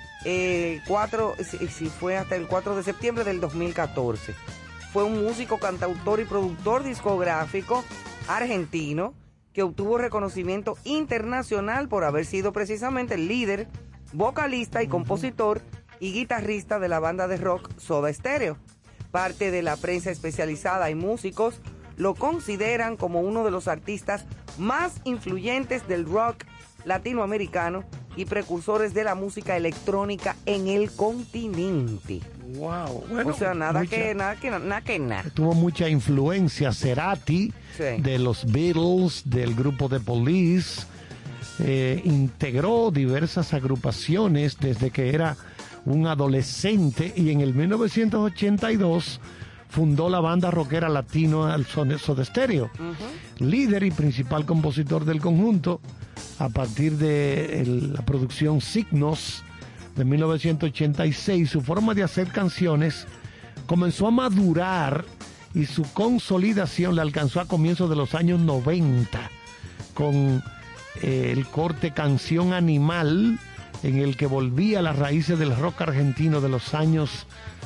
Eh, cuatro, sí, fue hasta el cuatro de septiembre del dos mil catorce. Fue un músico, cantautor y productor discográfico argentino que obtuvo reconocimiento internacional por haber sido precisamente el líder, vocalista y compositor y guitarrista de la banda de rock Soda Stereo. Parte de la prensa especializada y músicos lo consideran como uno de los artistas más influyentes del rock latinoamericano y precursores de la música electrónica en el continente. Wow, bueno, o sea, nada mucha, que nada que nada que nada. Tuvo mucha influencia Cerati, sí, de los Beatles, del grupo The Police. Eh, integró diversas agrupaciones desde que era un adolescente y en el mil novecientos ochenta y dos fundó la banda rockera latino al Soda Stereo, uh-huh. líder y principal compositor del conjunto. A partir de el, la producción Signos de mil novecientos ochenta y seis, su forma de hacer canciones comenzó a madurar y su consolidación la alcanzó a comienzos de los años noventa con eh, el corte Canción Animal, en el que volvía a las raíces del rock argentino de los años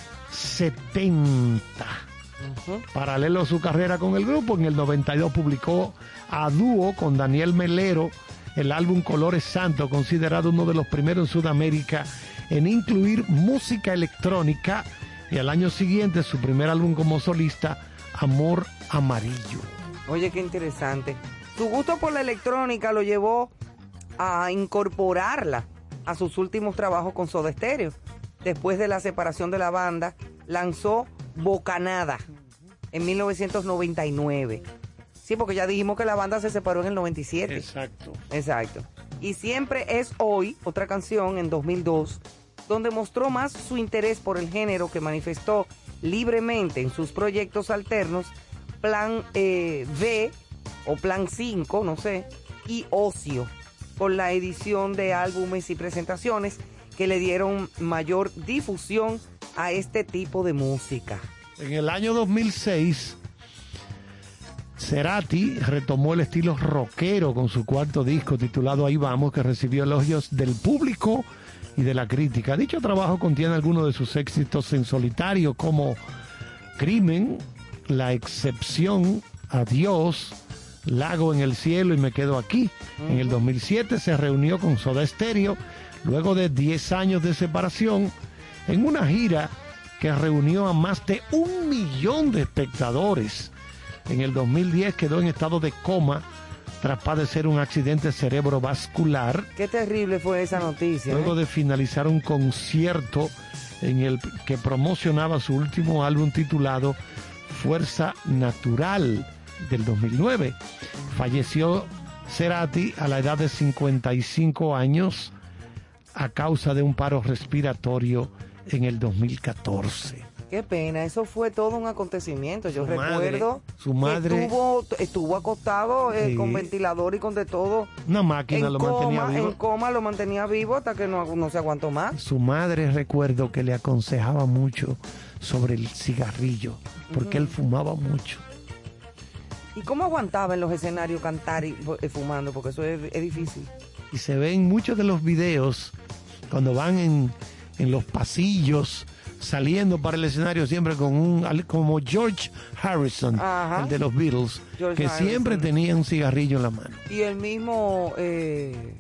setenta. Uh-huh. Paralelo a su carrera con el grupo, en el noventa y dos publicó a dúo con Daniel Melero el álbum Colores Santo, considerado uno de los primeros en Sudamérica en incluir música electrónica, y al año siguiente su primer álbum como solista, Amor Amarillo. Oye, qué interesante. Su gusto por la electrónica lo llevó a incorporarla a sus últimos trabajos con Soda Stereo. Después de la separación de la banda, lanzó Bocanada en mil novecientos noventa y nueve. Sí, porque ya dijimos que la banda se separó en el noventa y siete. Exacto. Exacto. Y Siempre es Hoy, otra canción en dos mil dos, donde mostró más su interés por el género que manifestó libremente en sus proyectos alternos, Plan eh, B o Plan cinco, no sé, y Ocio, con la edición de álbumes y presentaciones que le dieron mayor difusión a este tipo de música. En el año dos mil seis, Cerati retomó el estilo rockero con su cuarto disco titulado Ahí Vamos, que recibió elogios del público y de la crítica. Dicho trabajo contiene algunos de sus éxitos en solitario como Crimen, La Excepción, Adiós, Lago en el Cielo y Me Quedo Aquí. Uh-huh. En el dos mil siete se reunió con Soda Stereo luego de diez años de separación en una gira que reunió a más de un millón de espectadores. En el dos mil diez quedó en estado de coma tras padecer un accidente cerebrovascular. Qué terrible fue esa noticia. Luego ¿eh? de finalizar un concierto en el que promocionaba su último álbum titulado Fuerza Natural del dos mil nueve. Falleció Cerati a la edad de cincuenta y cinco años a causa de un paro respiratorio en el dos mil catorce. Qué pena, eso fue todo un acontecimiento. Yo su recuerdo madre, su madre que estuvo, estuvo acostado eh, sí. con ventilador y con de todo. Una máquina lo coma, mantenía vivo. En coma lo mantenía vivo hasta que no, no se aguantó más. Su madre, recuerdo que le aconsejaba mucho sobre el cigarrillo, porque uh-huh. él fumaba mucho. ¿Y cómo aguantaba en los escenarios cantar y eh, fumando? Porque eso es, es difícil. Y se ven muchos de los videos cuando van en, en los pasillos saliendo para el escenario siempre con un como George Harrison, Ajá. el de los Beatles, George que Harrison. Siempre tenía un cigarrillo en la mano. Y el mismo eh,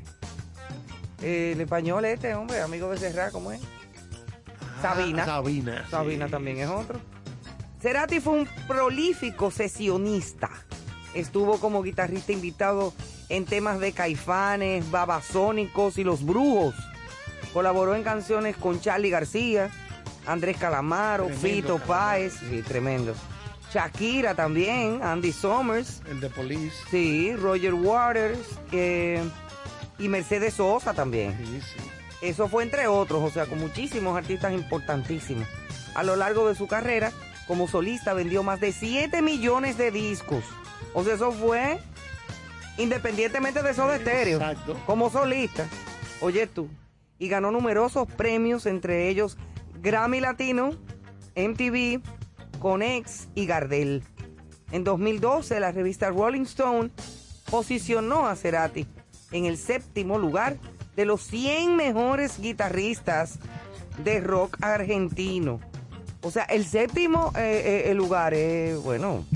eh, el español este, hombre, amigo de Serrat, ¿cómo es? Ah, Sabina. Sabina. Sabina sí. también es otro. Cerati fue un prolífico sesionista. Estuvo como guitarrista invitado en temas de Caifanes, Babasónicos y Los Brujos. Colaboró en canciones con Charly García, Andrés Calamaro, tremendo, Fito Páez, sí, tremendo. Shakira también, Andy Summers. El de Police. Sí, Roger Waters eh, y Mercedes Sosa también. Sí, sí. Eso fue entre otros, o sea, con muchísimos artistas importantísimos. A lo largo de su carrera, como solista, vendió más de siete millones de discos. O sea, eso fue independientemente de Soda Stereo. Exacto. Como solista. Oye tú. Y ganó numerosos premios, entre ellos Grammy Latino, M T V, Conex y Gardel. En dos mil doce, la revista Rolling Stone posicionó a Cerati en el séptimo lugar de los cien mejores guitarristas de rock argentino. O sea, el séptimo eh, eh, el lugar es, bueno,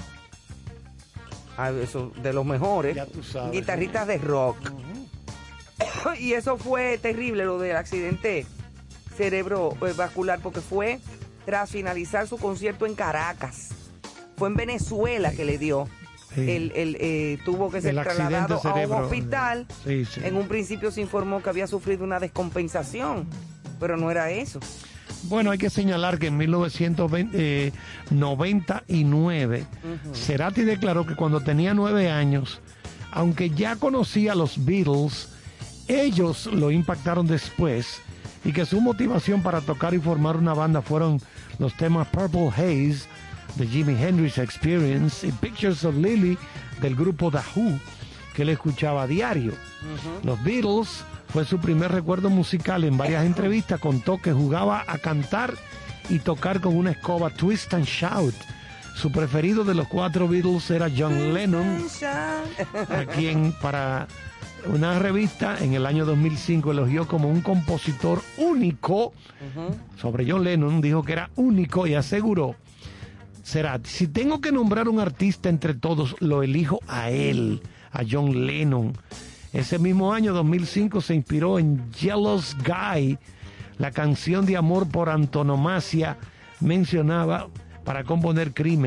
eso, de los mejores ya tú sabes, guitarristas ¿no? de rock. Uh-huh. Y eso fue terrible, lo del accidente cerebrovascular, porque fue tras finalizar su concierto en Caracas. Fue en Venezuela que le dio. Sí. El, el, eh, tuvo que ser trasladado a un hospital. Sí, sí. En un principio se informó que había sufrido una descompensación, pero no era eso. Bueno, hay que señalar que en mil novecientos noventa y nueve uh-huh. Cerati declaró que cuando tenía nueve años, aunque ya conocía a los Beatles, ellos lo impactaron después y que su motivación para tocar y formar una banda fueron los temas Purple Haze de Jimi Hendrix Experience y Pictures of Lily del grupo The Who, que él escuchaba a diario. Uh-huh. Los Beatles fue su primer recuerdo musical. En varias entrevistas contó que jugaba a cantar y tocar con una escoba Twist and Shout. Su preferido de los cuatro Beatles era John Lennon, a quien para una revista en el año dos mil cinco elogió como un compositor único. Uh-huh. Sobre John Lennon dijo que era único y aseguró: Cerati, si tengo que nombrar un artista entre todos, lo elijo a él, a John Lennon. Ese mismo año, dos mil cinco, se inspiró en Jealous Guy, la canción de amor por antonomasia mencionaba para componer Crimen,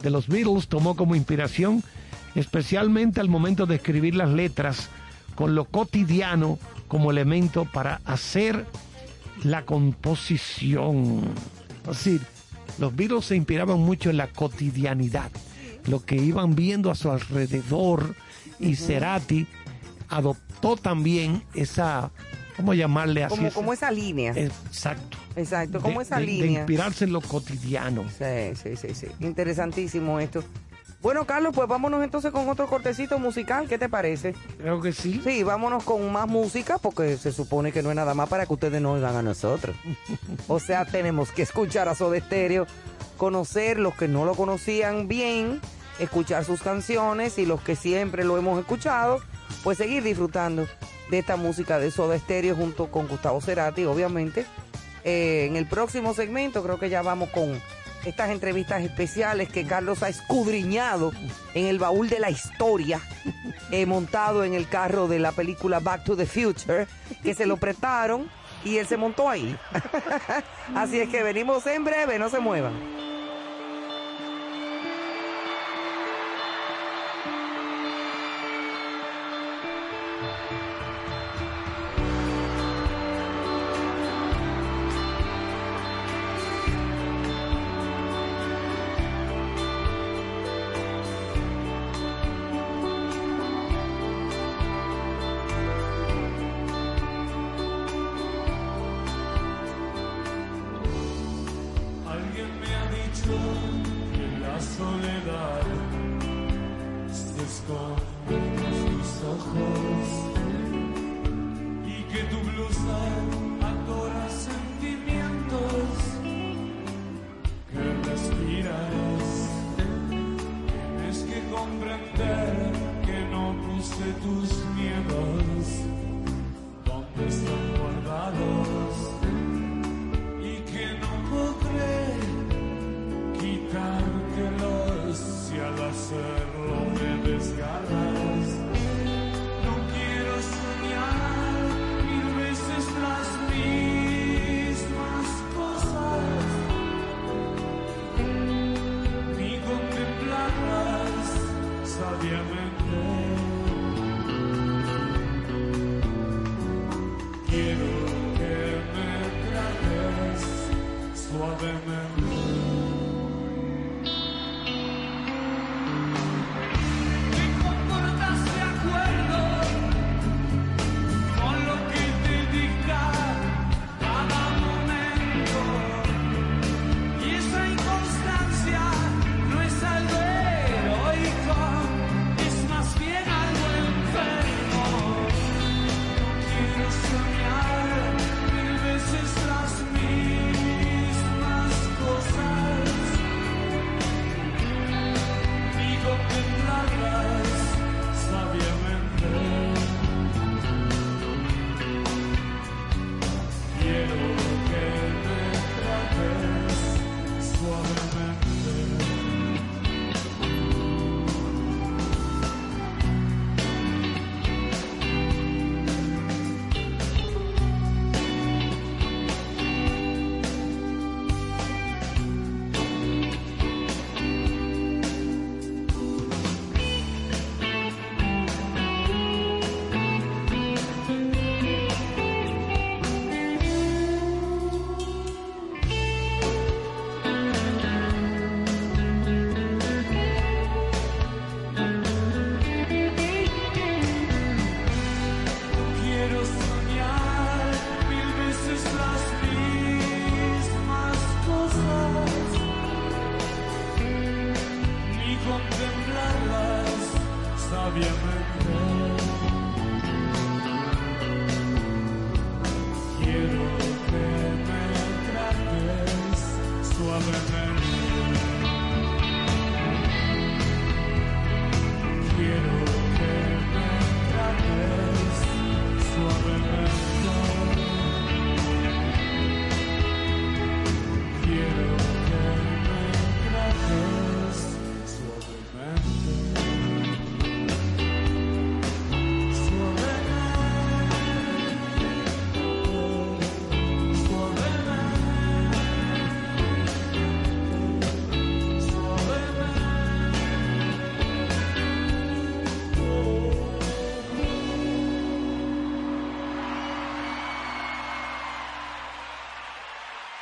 de los Beatles tomó como inspiración, especialmente al momento de escribir las letras, con lo cotidiano como elemento para hacer la composición. Es decir, los Beatles se inspiraban mucho en la cotidianidad, lo que iban viendo a su alrededor, y Cerati adoptó también esa, ¿cómo llamarle así? Como, como esa línea. Exacto. Exacto, como de, esa de, línea. De inspirarse en lo cotidiano. Sí, sí, sí, sí. Interesantísimo esto. Bueno, Carlos, pues vámonos entonces con otro cortecito musical. ¿Qué te parece? Creo que sí. Sí, vámonos con más música porque se supone que no es nada más para que ustedes nos oigan a nosotros. O sea, tenemos que escuchar a Soda Stereo, conocer los que no lo conocían bien, escuchar sus canciones, y los que siempre lo hemos escuchado, pues seguir disfrutando de esta música de Soda Stereo junto con Gustavo Cerati, obviamente. Eh, en el próximo segmento creo que ya vamos con estas entrevistas especiales que Carlos ha escudriñado en el baúl de la historia, eh, montado en el carro de la película Back to the Future, que se lo prestaron y él se montó ahí. Así es que venimos en breve, no se muevan.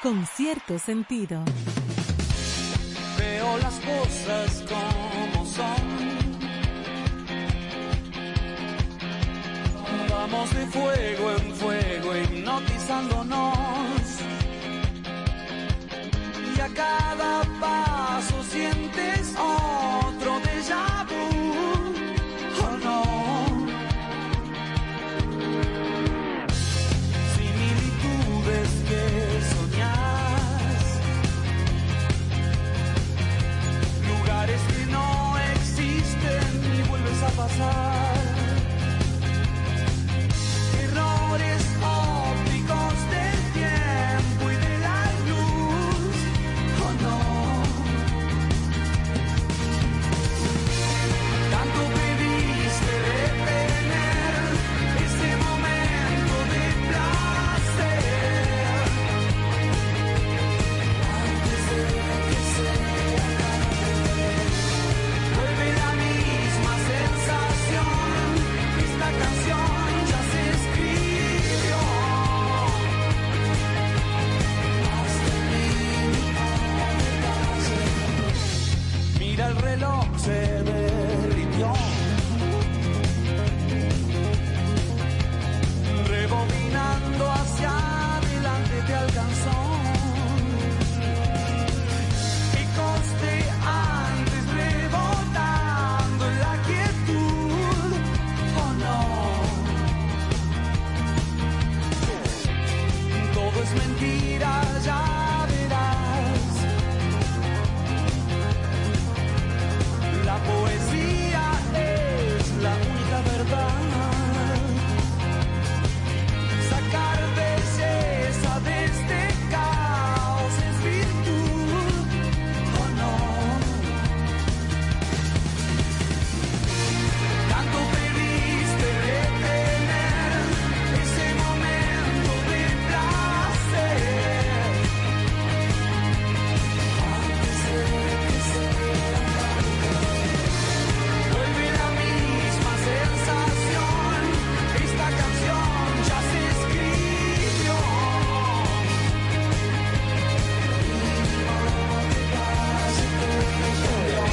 Con cierto sentido. Veo las cosas como son. Vamos de fuego en fuego hipnotizándonos. Y a cada paso sientes otro déjà vu. Oh no. Similitudes que soñás. Lugares que no existen y vuelves a pasar. Errores ópticos del tiempo y de la luz. Oh no. Tanto pediste detener ese momento de placer. Antes de que se acabe, vuelve la misma sensación. Esta canción ya se escribió. Hasta el límite. Mira el reloj, se derritió. Rebobinando hacia adelante te alcanzó. Ecos de antes rebotando en la quietud. Oh no. Todo es mentira, ya verás. La poesía es la única verdad. Sacar belleza de este caos es virtud. Oh no. Tanto pediste detener ese momento de placer. Antes de que se acabe, vuelve la misma sensación. Esta canción ya se escribió. Y no te pase todo.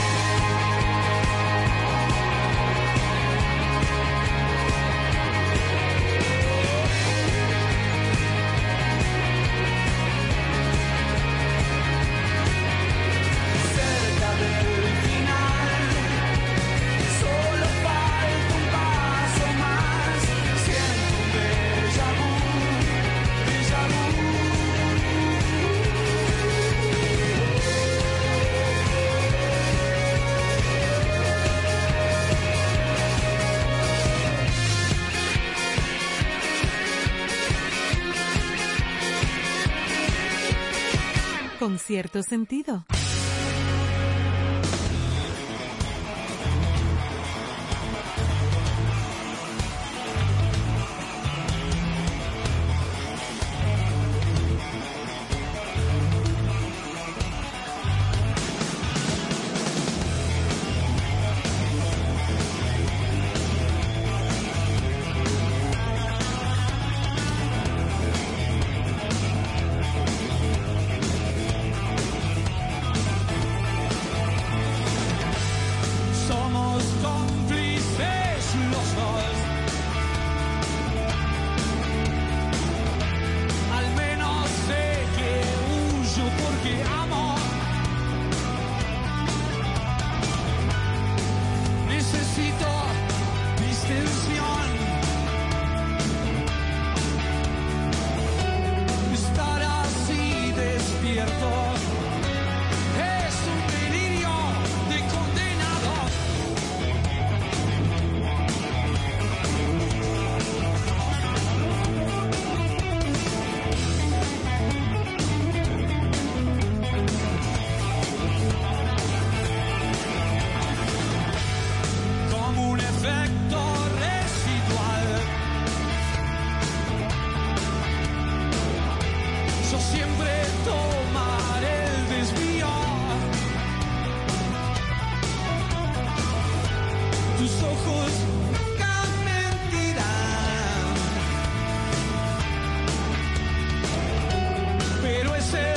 Cerca del final, solo falta un paso más. Siento un déjà vu, déjà vu. Con cierto sentido. Somos cómplices los dos. Al menos sé que huyo porque amo. Necesito distensión. Estar así despierto es un delirio de condenado. Como un efecto residual, yo siempre tomaré el desvío. Tus ojos nunca mentirán, pero ese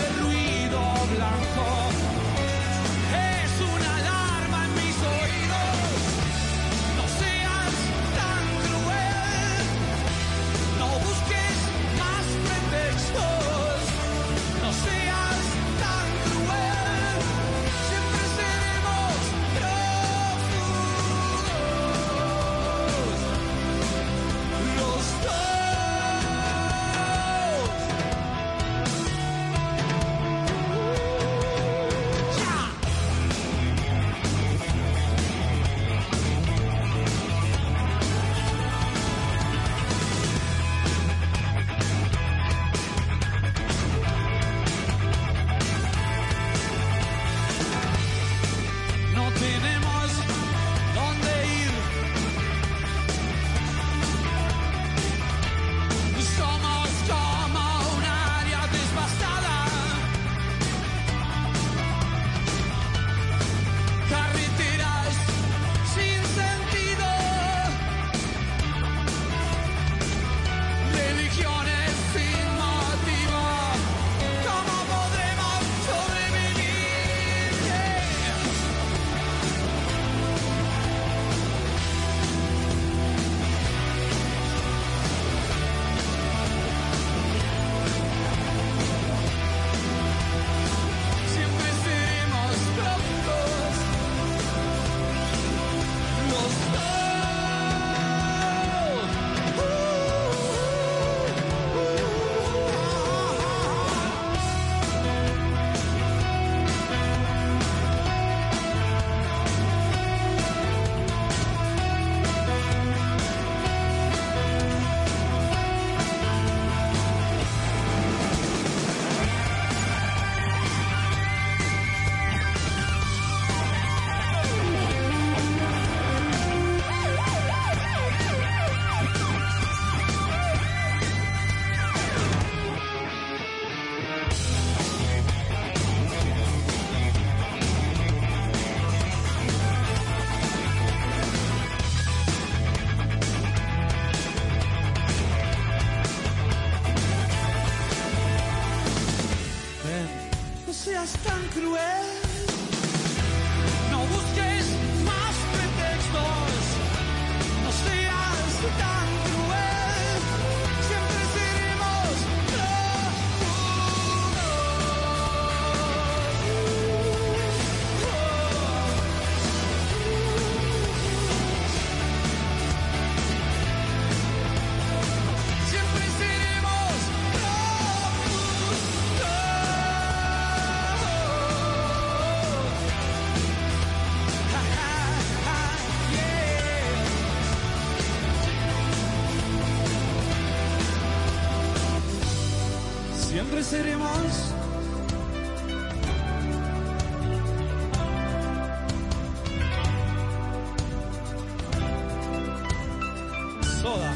siempre seremos. Soda.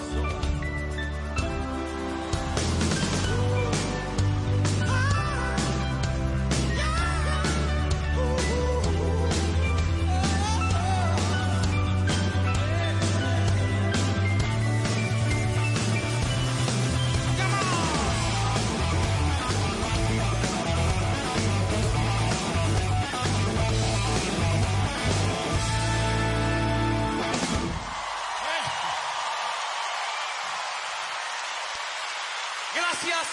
Gracias.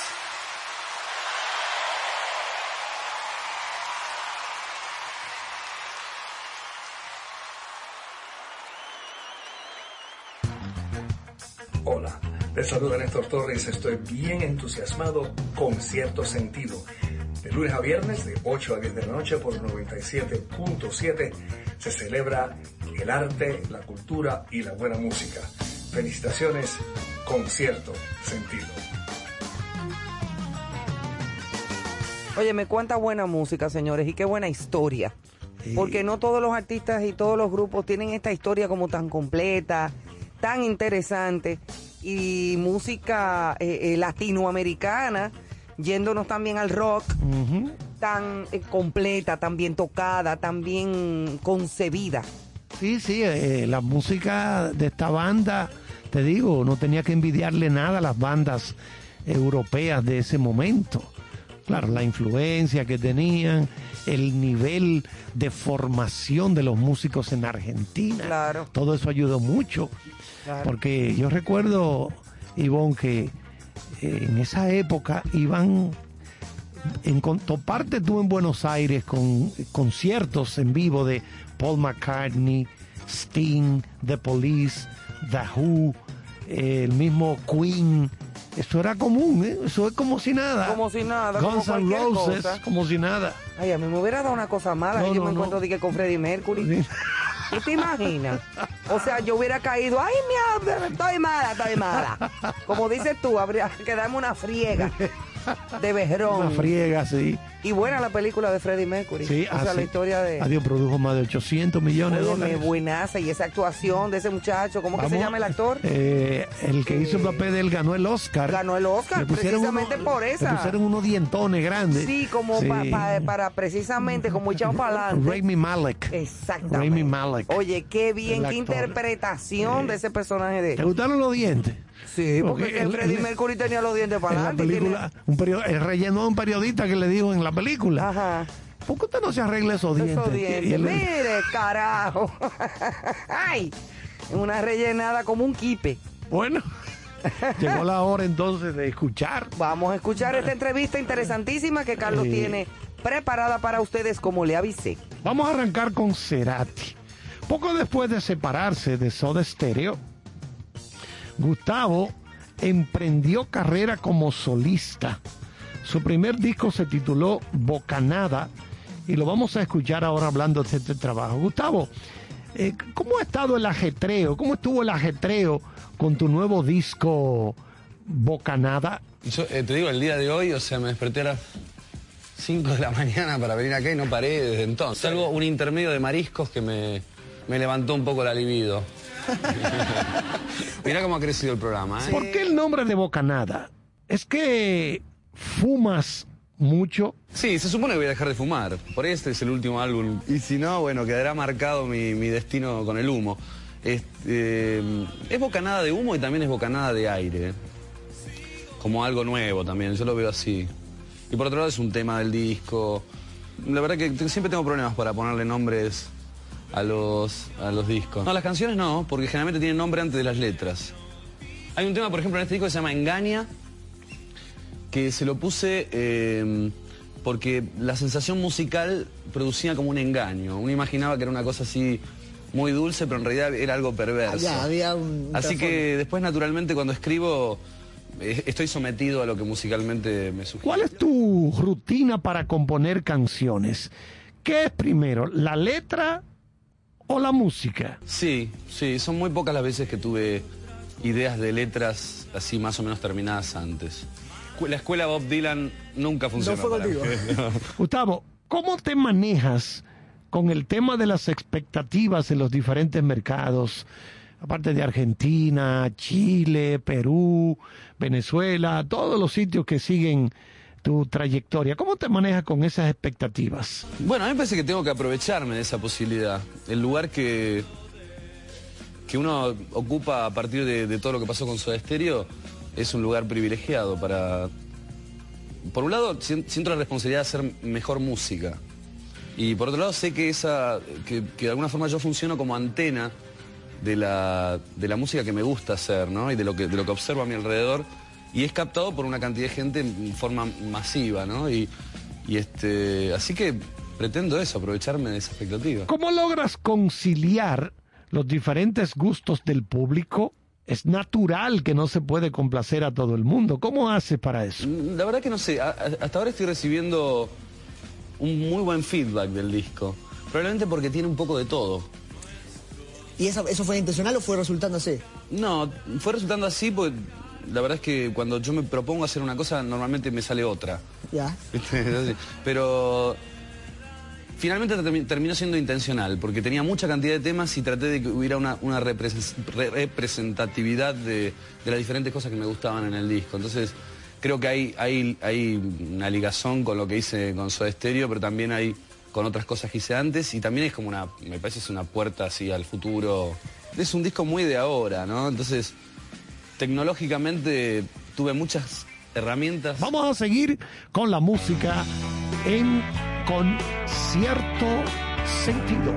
Hola, les saluda Néstor Torres. Estoy bien entusiasmado con Cierto Sentido. De lunes a viernes, de ocho a diez de la noche, por noventa y siete punto siete, se celebra el arte, la cultura y la buena música. Felicitaciones con Cierto Sentido. Oye, me cuenta buena música, señores, y qué buena historia. Sí. Porque no todos los artistas y todos los grupos tienen esta historia como tan completa, tan interesante. Y música eh, eh, latinoamericana, yéndonos también al rock, Uh-huh. tan eh, completa, tan bien tocada, tan bien concebida. Sí, sí, eh, la música de esta banda, te digo, no tenía que envidiarle nada a las bandas europeas de ese momento. Claro, la influencia que tenían, el nivel de formación de los músicos en Argentina, Claro. todo eso ayudó mucho. Claro. Porque yo recuerdo, Ivonne, que eh, en esa época iban, en con- toparte tú en Buenos Aires con conciertos en vivo de Paul McCartney, Sting, The Police, The Who, eh, el mismo Queen. Eso era común, ¿eh? Eso es como si nada. Como si nada, como Guns N' cualquier Roses, cosa. como si nada. Ay, a mí me hubiera dado una cosa mala. No, y yo no, me no. encuentro dije, con Freddie Mercury. ¿Tú te imaginas? O sea, yo hubiera caído, ay, mi amor, estoy mala, estoy mala. Como dices tú, habría que darme una friega de Bejerón. Una friega, sí. Y buena la película de Freddie Mercury. Sí, o sea, así. la historia de... Adiós, produjo más de ochocientos millones de Óyeme, dólares. buenaza. Y esa actuación de ese muchacho, ¿cómo que se Vamos, llama el actor? eh, el que hizo el Eh, papel de él ganó el Oscar. Ganó el Oscar, Le pusieron precisamente uno- por esa. Le pusieron unos dientones grandes. Sí, como Sí. pa- pa- para precisamente, como echado para adelante. Rami Malek. Exactamente. Rami Malek. Oye, qué bien, El qué actor. interpretación Sí. de ese personaje de ¿Te él. gustaron los dientes? Sí, porque, Porque que él- Freddie él- Mercury tenía los dientes para En la adelante. y película, un perio- él rellenó a un periodista que le dijo en la tiene- película, Ajá. ¿por qué usted no se arregla esos dientes? Esos Y dientes. él le- Mire, carajo. Ay, una rellenada como un quipe. Bueno, llegó la hora entonces de escuchar. Vamos a escuchar esta entrevista interesantísima que Carlos Sí. tiene preparada para ustedes, como le avisé. Vamos a arrancar con Cerati. Poco después de separarse de Soda Stereo, Gustavo emprendió carrera como solista. Su primer disco se tituló Bocanada y lo vamos a escuchar ahora hablando de este trabajo. Gustavo, eh, ¿cómo ha estado el ajetreo? ¿Cómo estuvo el ajetreo con tu nuevo disco Bocanada? Yo eh, te digo, el día de hoy, o sea, me desperté a las cinco de la mañana para venir acá y no paré desde entonces. Algo, un intermedio de mariscos que me, me levantó un poco la libido. Mirá cómo ha crecido el programa, ¿eh? ¿Por qué el nombre de Bocanada? ¿Es que fumas mucho? Sí, se supone que voy a dejar de fumar. Por este es el último álbum. Y si no, bueno, quedará marcado mi, mi destino con el humo. Es, eh, es bocanada de humo y también es bocanada de aire. Como algo nuevo también, yo lo veo así. Y por otro lado es un tema del disco. La verdad que te- siempre tengo problemas para ponerle nombres a los, a los discos. No, las canciones no, porque generalmente tienen nombre antes de las letras. Hay un tema, por ejemplo, en este disco que se llama Engaña, que se lo puse eh, porque la sensación musical producía como un engaño. Uno imaginaba que era una cosa así muy dulce, pero en realidad era algo perverso. Ya, había un Así trasfondo. que después, naturalmente, cuando escribo, eh, estoy sometido a lo que musicalmente me sugiere. ¿Cuál es tu rutina para componer canciones? ¿Qué es primero, la letra o la música? Sí, sí, son muy pocas las veces que tuve ideas de letras así más o menos terminadas antes. escu la escuela Bob Dylan nunca funcionó. No fue contigo. No. Gustavo, ¿cómo te manejas con el tema de las expectativas en los diferentes mercados? Aparte de Argentina, Chile, Perú, Venezuela, todos los sitios que siguen tu trayectoria. ¿Cómo te manejas con esas expectativas? Bueno, a mí me parece que tengo que aprovecharme de esa posibilidad. El lugar que, que uno ocupa a partir de, de todo lo que pasó con Soda Stereo es un lugar privilegiado para... Por un lado, siento la responsabilidad de hacer mejor música. Y por otro lado, sé que, esa, que, que de alguna forma yo funciono como antena de la, de la música que me gusta hacer, ¿no? Y de lo que, de lo que observo a mi alrededor. Y es captado por una cantidad de gente en forma masiva, ¿no? Y, y este, así que pretendo eso, aprovecharme de esa expectativa. ¿Cómo logras conciliar los diferentes gustos del público? Es natural que no se puede complacer a todo el mundo. ¿Cómo haces para eso? La verdad que no sé. A, a, hasta ahora estoy recibiendo un muy buen feedback del disco. Probablemente porque tiene un poco de todo. ¿Y eso, eso fue intencional o fue resultando así? No, fue resultando así porque la verdad es que cuando yo me propongo hacer una cosa, normalmente me sale otra. Ya. Pero finalmente terminó siendo intencional, porque tenía mucha cantidad de temas y traté de que hubiera una, una representatividad de, de las diferentes cosas que me gustaban en el disco. Entonces creo que hay, hay, hay una ligazón con lo que hice con Soda Stereo, pero también hay con otras cosas que hice antes, y también es como una, me parece es una puerta así al futuro. Es un disco muy de ahora, ¿no? Entonces, tecnológicamente tuve muchas herramientas. Vamos a seguir con la música en Con Cierto Sentido.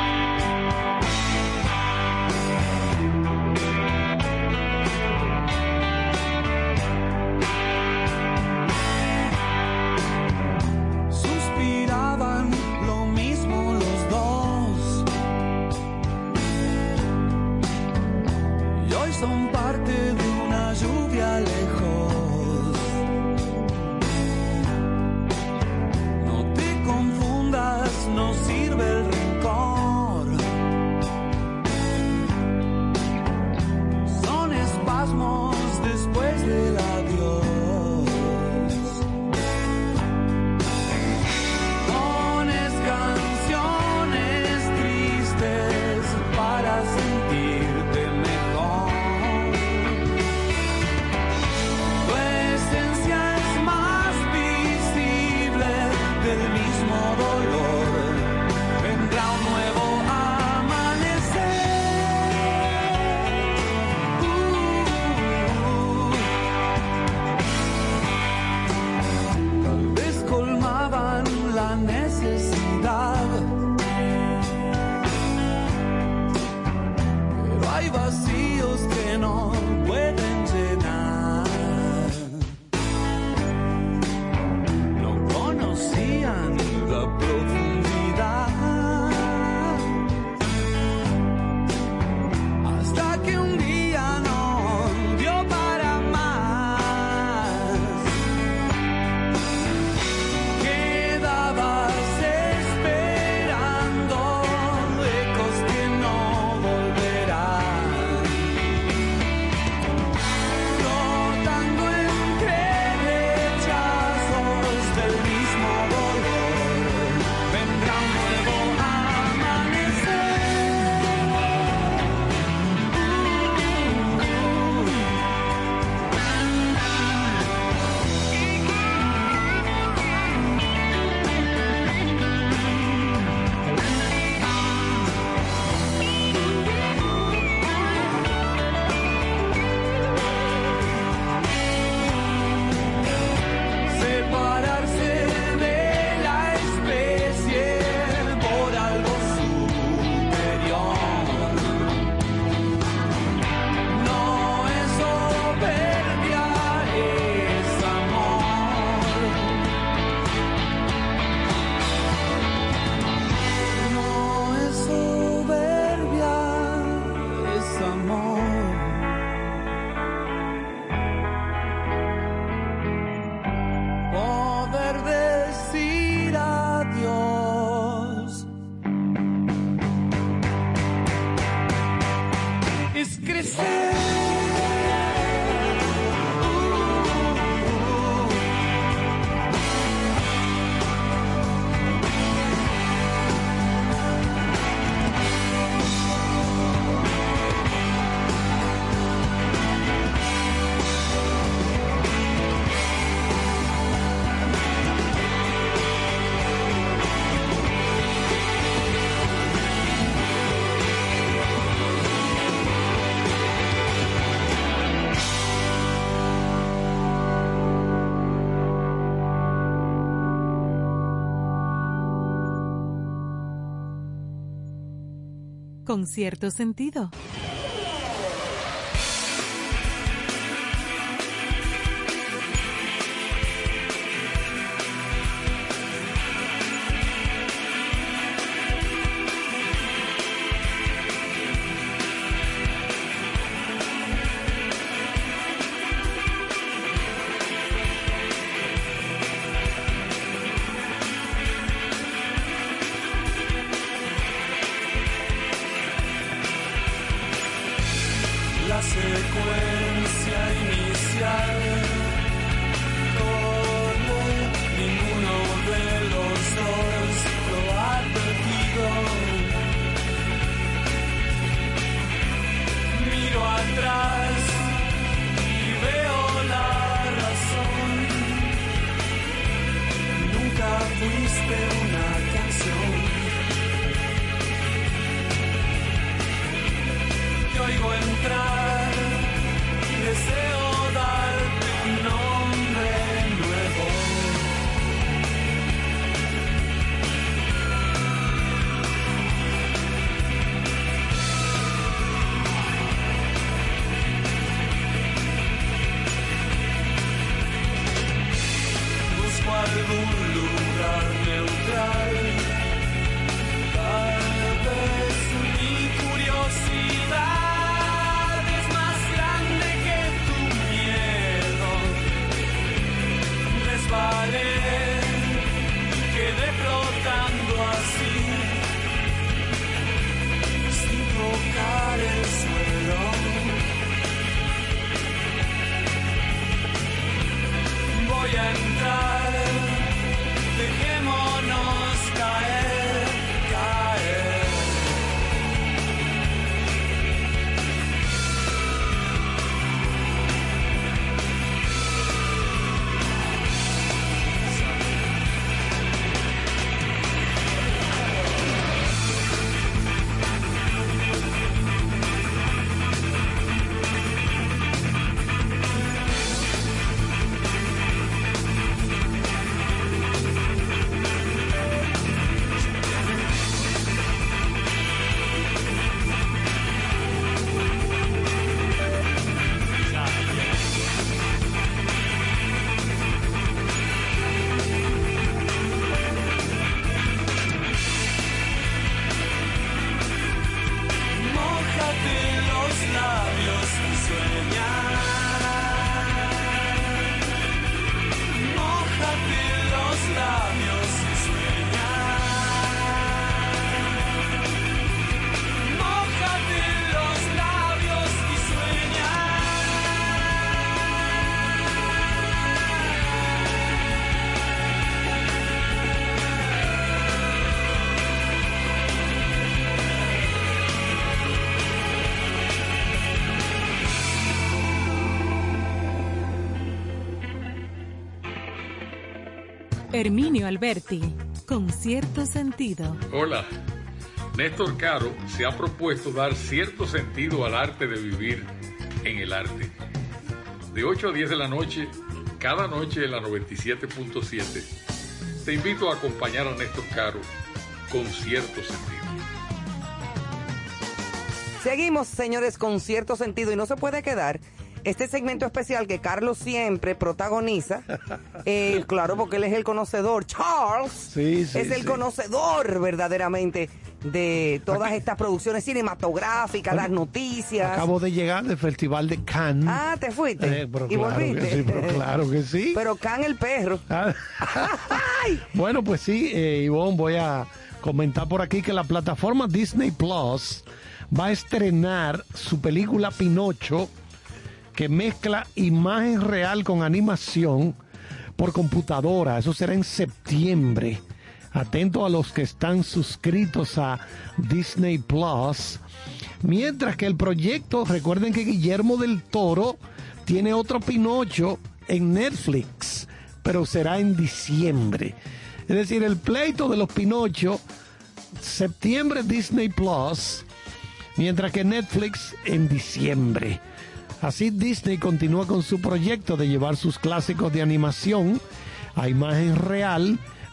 Son parte de una lluvia lejos. No te confundas, no sirve el rencor. Son espasmos después del adiós. Pones canciones tristes para sentirte mejor. Del mismo dolor vendrá un nuevo amanecer. Uh, tal vez colmaban la necesidad, pero hay vacíos que no pueden llenar. La profundidad hasta que un día no dio para más. Quedabas esperando ecos que no volverán, flotando entre rechazos del mismo dolor. Vendrá un nuevo amanecer. Separarse de la especie por algo superior no es soberbia, es amor. No es soberbia, es amor. Poder decir adiós es crecer. Uh, uh, uh. con cierto sentido. La secuencia inicial, como ninguno de los dos lo ha advertido. Miro atrás y veo la razón. Nunca fuiste una canción. Te oigo entrar, deseo darte un nombre nuevo. Busco algún lugar neutral, tal vez mi curiosidad vale, quedé flotando así, sin tocar el suelo. Voy a entrar, dejémonos caer, caer. Herminio Alberti, con cierto sentido. Hola, Néstor Caro se ha propuesto dar cierto sentido al arte de vivir en el arte. De ocho a diez de la noche, cada noche en la noventa y siete punto siete, te invito a acompañar a Néstor Caro con cierto sentido. Seguimos, señores, con cierto sentido, y no se puede quedar este segmento especial que Carlos siempre protagoniza, eh, claro, porque él es el conocedor. Charles sí, sí, es el sí. conocedor verdaderamente de todas estas producciones cinematográficas, las noticias. Acabo de llegar del Festival de Cannes. Ah, ¿te fuiste? Eh, pero ¿Y claro volviste? que sí, pero claro que sí. Pero Cannes el perro. Ah. Bueno, pues sí, eh, Ivonne, voy a comentar por aquí que la plataforma Disney Plus va a estrenar su película Pinocho, que mezcla imagen real con animación por computadora. Eso será en septiembre. Atento a los que están suscritos a Disney Plus. Mientras que el proyecto, recuerden que Guillermo del Toro tiene otro Pinocho en Netflix, pero será en diciembre. Es decir, el pleito de los Pinocho, septiembre Disney Plus, mientras que Netflix en diciembre. Así Disney continúa con su proyecto de llevar sus clásicos de animación a imagen real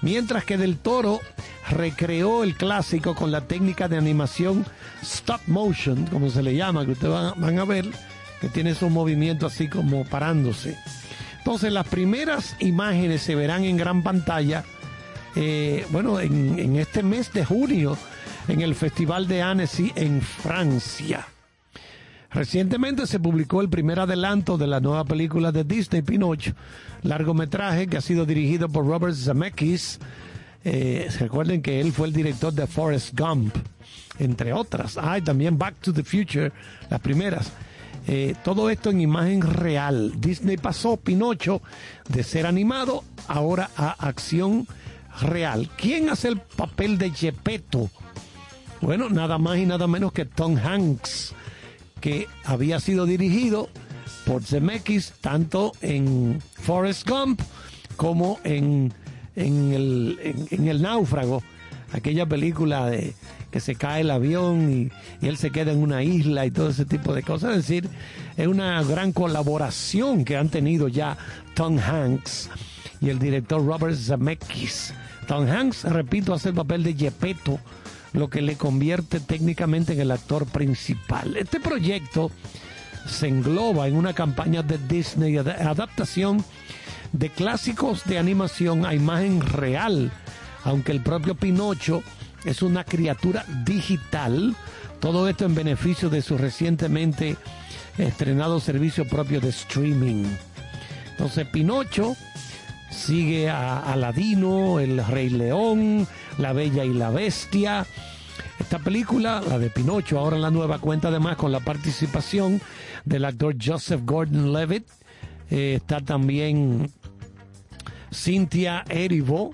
Mientras que Del Toro recreó el clásico con la técnica de animación stop motion, como se le llama, que ustedes van, van a ver, que tiene esos movimientos así como parándose. Entonces las primeras imágenes se verán en gran pantalla, eh, bueno, en, en este mes de junio, en el Festival de Annecy en Francia. Recientemente se publicó el primer adelanto de la nueva película de Disney, Pinocho, largometraje que ha sido dirigido por Robert Zemeckis. Eh, recuerden que él fue el director de Forrest Gump, entre otras. Ah, y también Back to the Future, las primeras. Eh, todo esto en imagen real. Disney pasó Pinocho de ser animado ahora a acción real. ¿Quién hace el papel de Geppetto? Bueno, nada más y nada menos que Tom Hanks, que había sido dirigido por Zemeckis tanto en Forrest Gump como en, en, el, en, en El Náufrago, aquella película de que se cae el avión y, y él se queda en una isla y todo ese tipo de cosas. Es decir, es una gran colaboración que han tenido ya Tom Hanks y el director Robert Zemeckis. Tom Hanks, repito, hace el papel de Geppetto, lo que le convierte técnicamente en el actor principal. Este proyecto se engloba en una campaña de Disney de adaptación de clásicos de animación a imagen real, aunque el propio Pinocho es una criatura digital. Todo esto en beneficio de su recientemente estrenado servicio propio de streaming. Entonces Pinocho sigue a Aladino, El Rey León, La Bella y la Bestia. Esta película, la de Pinocho, ahora la nueva, cuenta además con la participación del actor Joseph Gordon-Levitt. Eh, está también Cynthia Erivo,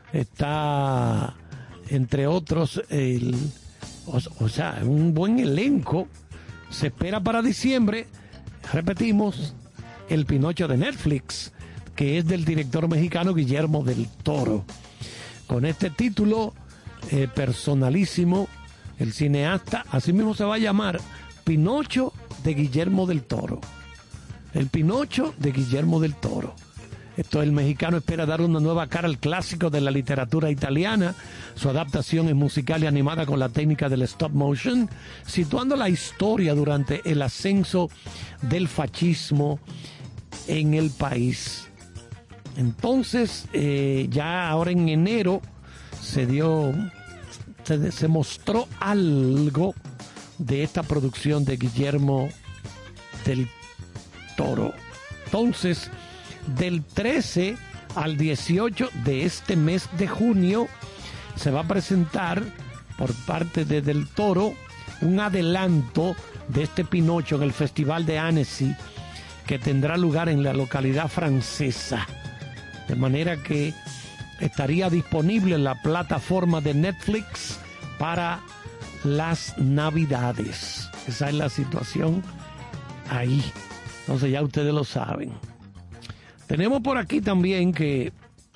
está entre otros, el, o, o sea, un buen elenco. Se espera para diciembre, repetimos, el Pinocho de Netflix, que es del director mexicano Guillermo del Toro. Con este título eh, personalísimo, el cineasta, así mismo se va a llamar, Pinocho de Guillermo del Toro. El Pinocho de Guillermo del Toro. Esto, el mexicano espera dar una nueva cara al clásico de la literatura italiana. Su adaptación es musical y animada con la técnica del stop motion, situando la historia durante el ascenso del fascismo en el país. Entonces, eh, ya ahora en enero se dio, se, se mostró algo de esta producción de Guillermo del Toro. Entonces, del trece al dieciocho de este mes de junio se va a presentar por parte de Del Toro un adelanto de este Pinocho en el Festival de Annecy, que tendrá lugar en la localidad francesa. De manera que estaría disponible en la plataforma de Netflix para las Navidades. Esa es la situación ahí. Entonces ya ustedes lo saben. Tenemos por aquí también que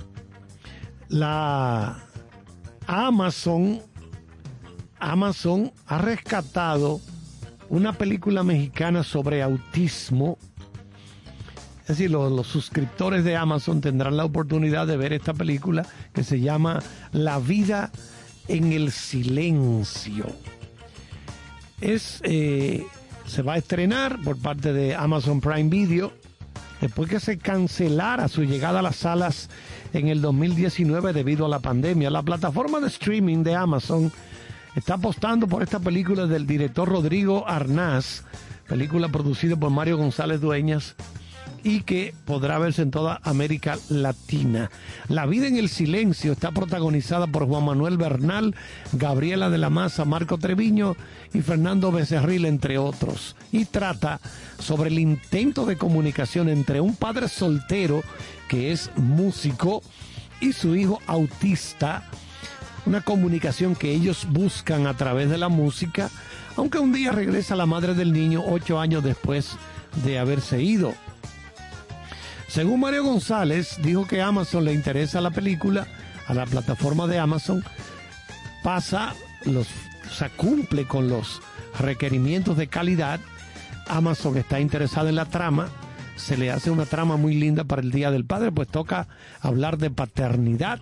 la Amazon, Amazon ha rescatado una película mexicana sobre autismo. Es decir, los, los suscriptores de Amazon tendrán la oportunidad de ver esta película que se llama La vida en el silencio. Es, eh, se va a estrenar por parte de Amazon Prime Video después que se cancelara su llegada a las salas en el dos mil diecinueve debido a la pandemia. La plataforma de streaming de Amazon está apostando por esta película del director Rodrigo Arnaz, película producida por Mario González Dueñas y que podrá verse en toda América Latina. La vida en el silencio está protagonizada por Juan Manuel Bernal, Gabriela de la Maza, Marco Treviño y Fernando Becerril, entre otros, y trata sobre el intento de comunicación entre un padre soltero que es músico y su hijo autista, una comunicación que ellos buscan a través de la música, aunque un día regresa la madre del niño ocho años después de haberse ido. Según Mario González, dijo que a Amazon le interesa la película, a la plataforma de Amazon, pasa los, o sea, cumple con los requerimientos de calidad. Amazon está interesada en la trama, se le hace una trama muy linda para el Día del Padre, pues toca hablar de paternidad,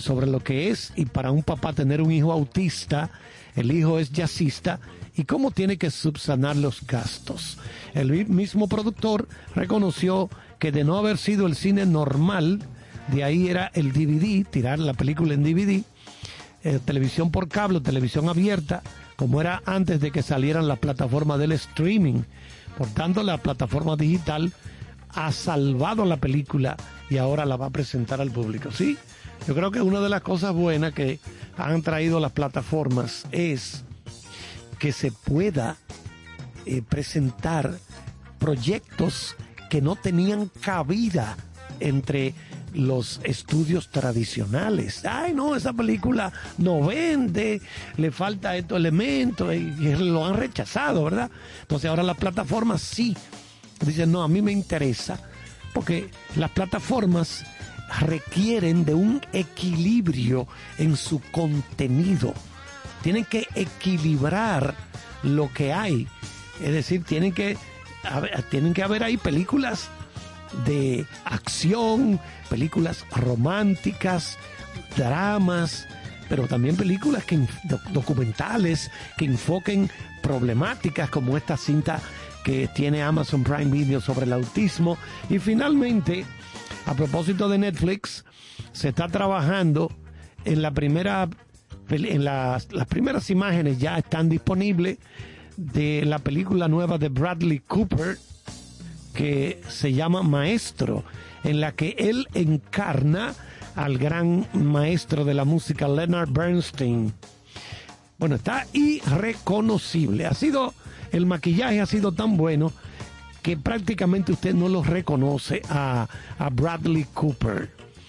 sobre lo que es y para un papá tener un hijo autista, el hijo es jazzista, y cómo tiene que subsanar los gastos. El mismo productor reconoció que de no haber sido el cine normal, de ahí era el D V D, tirar la película en D V D, eh, televisión por cable, televisión abierta, como era antes de que salieran las plataformas del streaming. Por tanto, la plataforma digital ha salvado la película y ahora la va a presentar al público. Sí, yo creo que una de las cosas buenas que han traído las plataformas es que se pueda eh, presentar proyectos que no tenían cabida entre los estudios tradicionales. Ay, no, esa película no vende, le falta estos elementos, y, y lo han rechazado, ¿verdad? Entonces ahora las plataformas sí dicen, no, a mí me interesa, porque las plataformas requieren de un equilibrio en su contenido. Tienen que equilibrar lo que hay. Es decir, tienen que haber, tienen que haber ahí películas de acción, películas románticas, dramas, pero también películas que, documentales que enfoquen problemáticas como esta cinta que tiene Amazon Prime Video sobre el autismo. Y finalmente, a propósito de Netflix, se está trabajando en la primera en las, las primeras imágenes ya están disponibles de la película nueva de Bradley Cooper que se llama Maestro, en la que él encarna al gran maestro de la música Leonard Bernstein. Bueno, está irreconocible. Ha sido, el maquillaje ha sido tan bueno que prácticamente usted no lo reconoce a, a Bradley Cooper.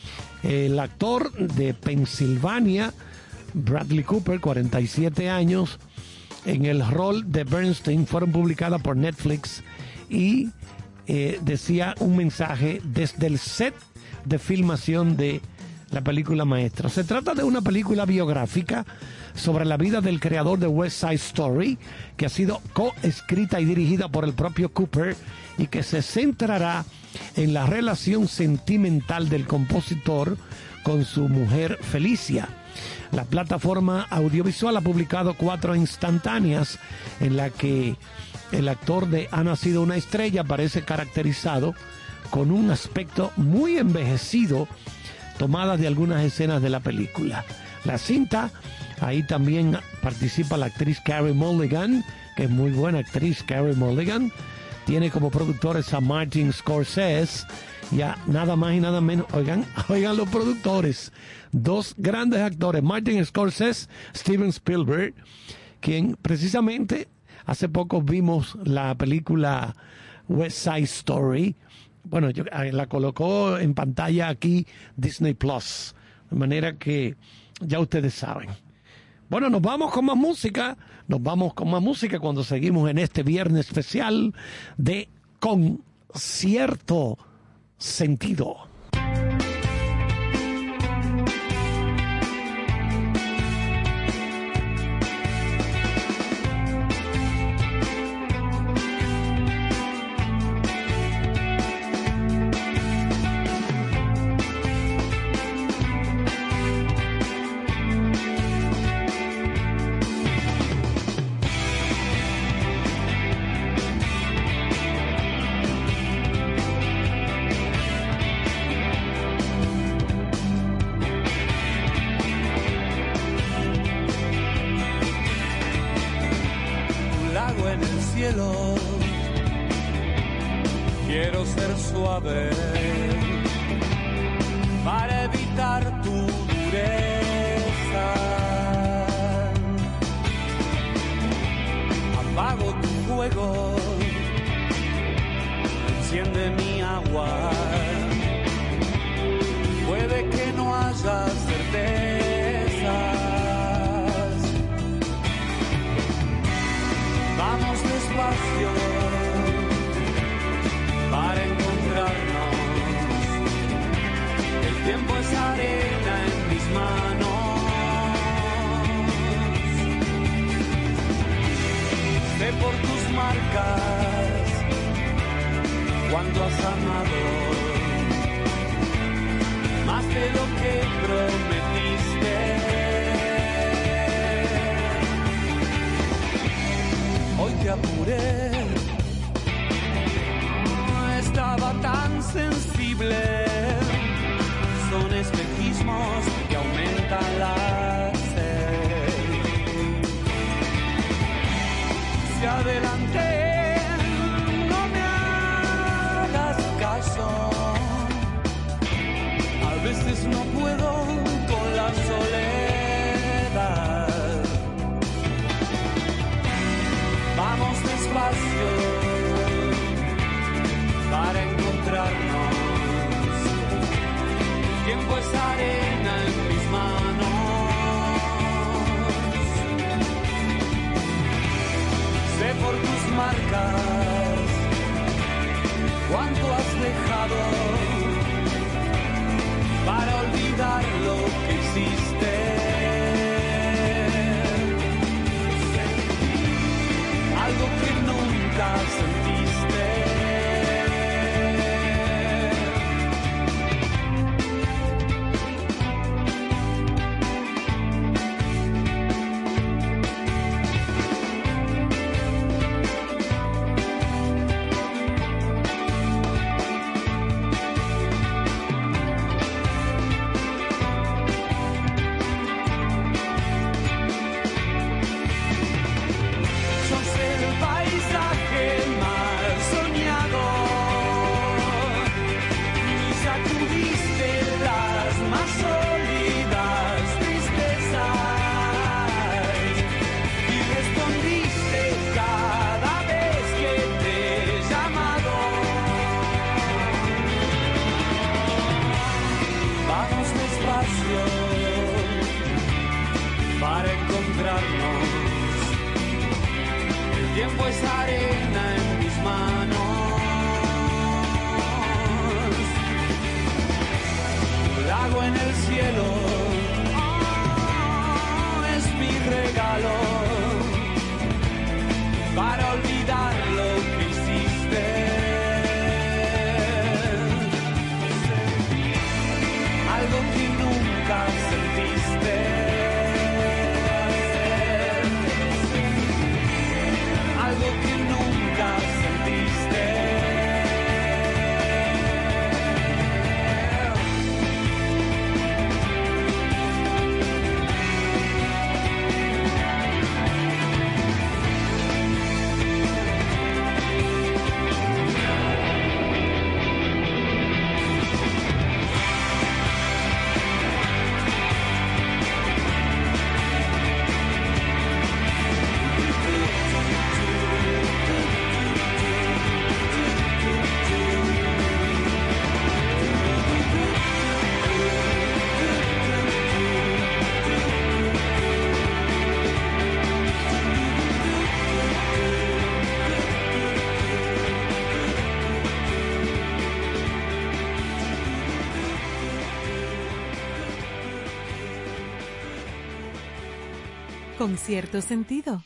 El actor de Pensilvania, Bradley Cooper, cuarenta y siete años, en el rol de Bernstein, fueron publicadas por Netflix y eh, decía un mensaje desde el set de filmación de la película Maestro. Se trata de una película biográfica sobre la vida del creador de West Side Story, que ha sido coescrita y dirigida por el propio Cooper y que se centrará en la relación sentimental del compositor con su mujer Felicia. La plataforma audiovisual ha publicado cuatro instantáneas en la que el actor de Ha nacido una estrella aparece caracterizado con un aspecto muy envejecido, tomadas de algunas escenas de la película. La cinta, ahí también participa la actriz Carey Mulligan, que es muy buena actriz Carey Mulligan. Tiene como productores a Martin Scorsese y a nada más y nada menos, oigan, oigan los productores, dos grandes actores, Martin Scorsese, Steven Spielberg, quien precisamente hace poco vimos la película West Side Story. Bueno, yo, la colocó en pantalla aquí Disney Plus, de manera que ya ustedes saben. Bueno, nos vamos con más música, nos vamos con más música cuando seguimos en este viernes especial de Con Cierto Sentido. Quiero ser suave para evitar tu dureza. Apago tu juego, enciende mi agua. Puede que no haya certezas. Vamos despacio para encontrarnos. El tiempo es arena en mis manos. Sé por tus marcas cuando has amado más de lo que prometí. existe. Hoy te apuré, no estaba tan sensible. Son espejismos que aumentan la sed. Si adelanté, no me hagas caso. A veces no puedo con la soledad. Vamos despacio para encontrarnos. El tiempo es arena en mis manos. Sé por tus marcas cuánto has dejado para olvidar lo que hiciste. Algo que nunca sentiste. Para encontrarnos, el tiempo es arena en mis manos. Un lago en el cielo, oh, es mi regalo para olvidar lo que hiciste. Algo que nunca sentiste. Algo que nunca sentiste. Con cierto sentido.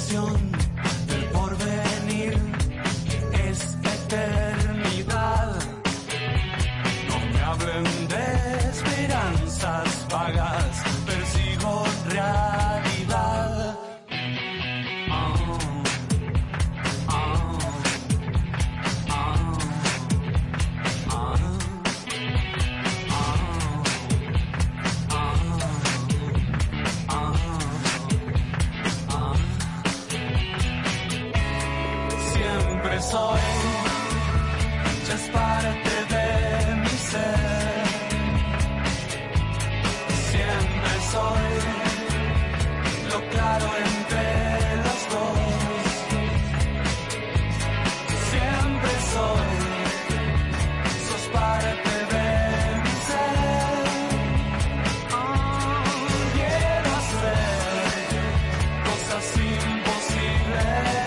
diversión del porvenir es eternidad. No me hablen de esperanzas vagas, persigo realidad. Oh, oh, oh, oh, siempre soy, ya es parte de mi ser. Siempre soy lo claro entre los dos. Siempre soy, sos parte de mi ser. Oh, quiero hacer cosas imposibles.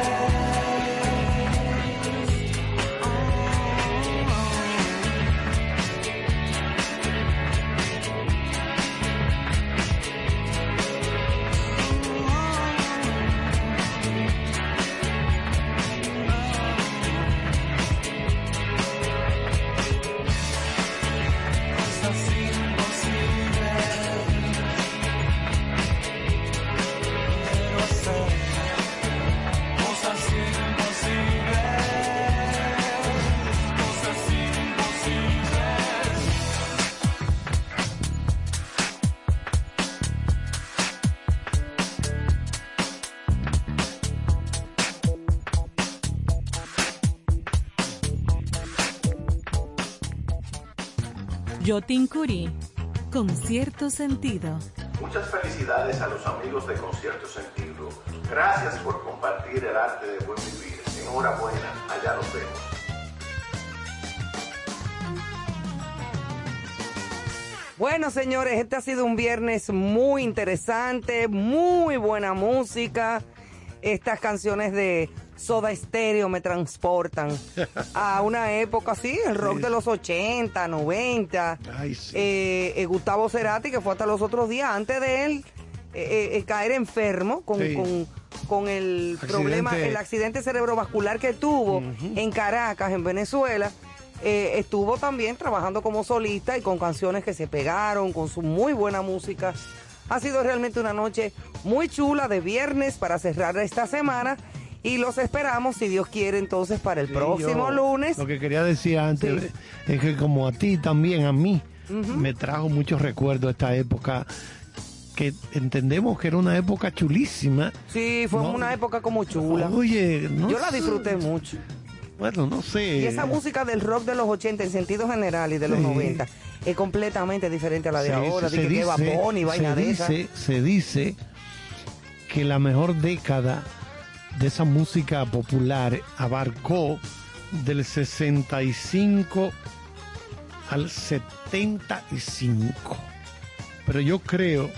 Yotin Curi, con cierto sentido. Muchas felicidades a los amigos de Concierto Sentido. Gracias por compartir el arte de buen vivir. Enhorabuena, allá nos vemos. Bueno, señores, este ha sido un viernes muy interesante, muy buena música. Estas canciones de Soda Stereo me transportan a una época así, el rock sí. de los ochenta, noventa. Ay, sí. eh, eh, Gustavo Cerati, que fue hasta los otros días, antes de él eh, eh, caer enfermo con, sí. con, con el accidente. problema, el accidente cerebrovascular que tuvo uh-huh. en Caracas, en Venezuela. Eh, estuvo también trabajando como solista y con canciones que se pegaron, con su muy buena música. Ha sido realmente una noche muy chula de viernes para cerrar esta semana. Y los esperamos, si Dios quiere, entonces para el sí, próximo yo, lunes. Lo que quería decir antes sí. es que como a ti también, a mí, uh-huh. me trajo muchos recuerdos esta época, que entendemos que era una época chulísima. Sí, fue ¿no? una época como chula. Oye, no yo la sé. disfruté mucho. Bueno, no sé. Y esa música del rock de los ochenta en sentido general y de los sí. noventa es completamente diferente a la de sí, ahora. Se, de se que dice, va Bonnie, vaina se de dice, esa. Se dice que la mejor década de esa música popular abarcó del sesenta y cinco al setenta y cinco. Pero yo creo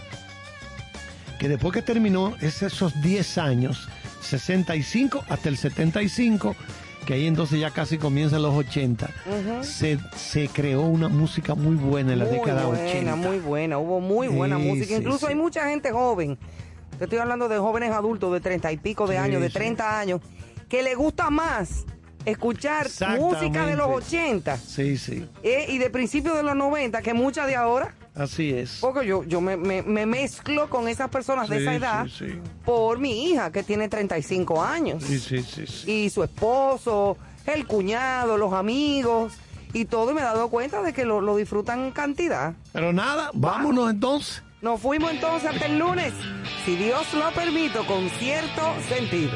que después que terminó esos diez años, sesenta y cinco hasta el setenta y cinco, que ahí entonces ya casi comienzan los ochenta, uh-huh. se, se creó una música muy buena en la muy década buena, ochenta. Muy buena, hubo muy buena sí, música. Incluso sí, hay sí. mucha gente joven, te estoy hablando de jóvenes adultos de treinta y pico de sí, años, de treinta sí. años, que le gusta más escuchar música de los ochenta sí, sí. Eh, y de principios de los noventa que mucha de ahora. Así es. Porque yo, yo me, me, me mezclo con esas personas sí, de esa edad sí, sí. por mi hija que tiene treinta y cinco años. Sí, sí, sí, sí. Y su esposo, el cuñado, los amigos y todo. Y me he dado cuenta de que lo, lo disfrutan en cantidad. Pero nada, vámonos entonces. Nos fuimos entonces hasta el lunes. Si Dios lo permite, con cierto sentido.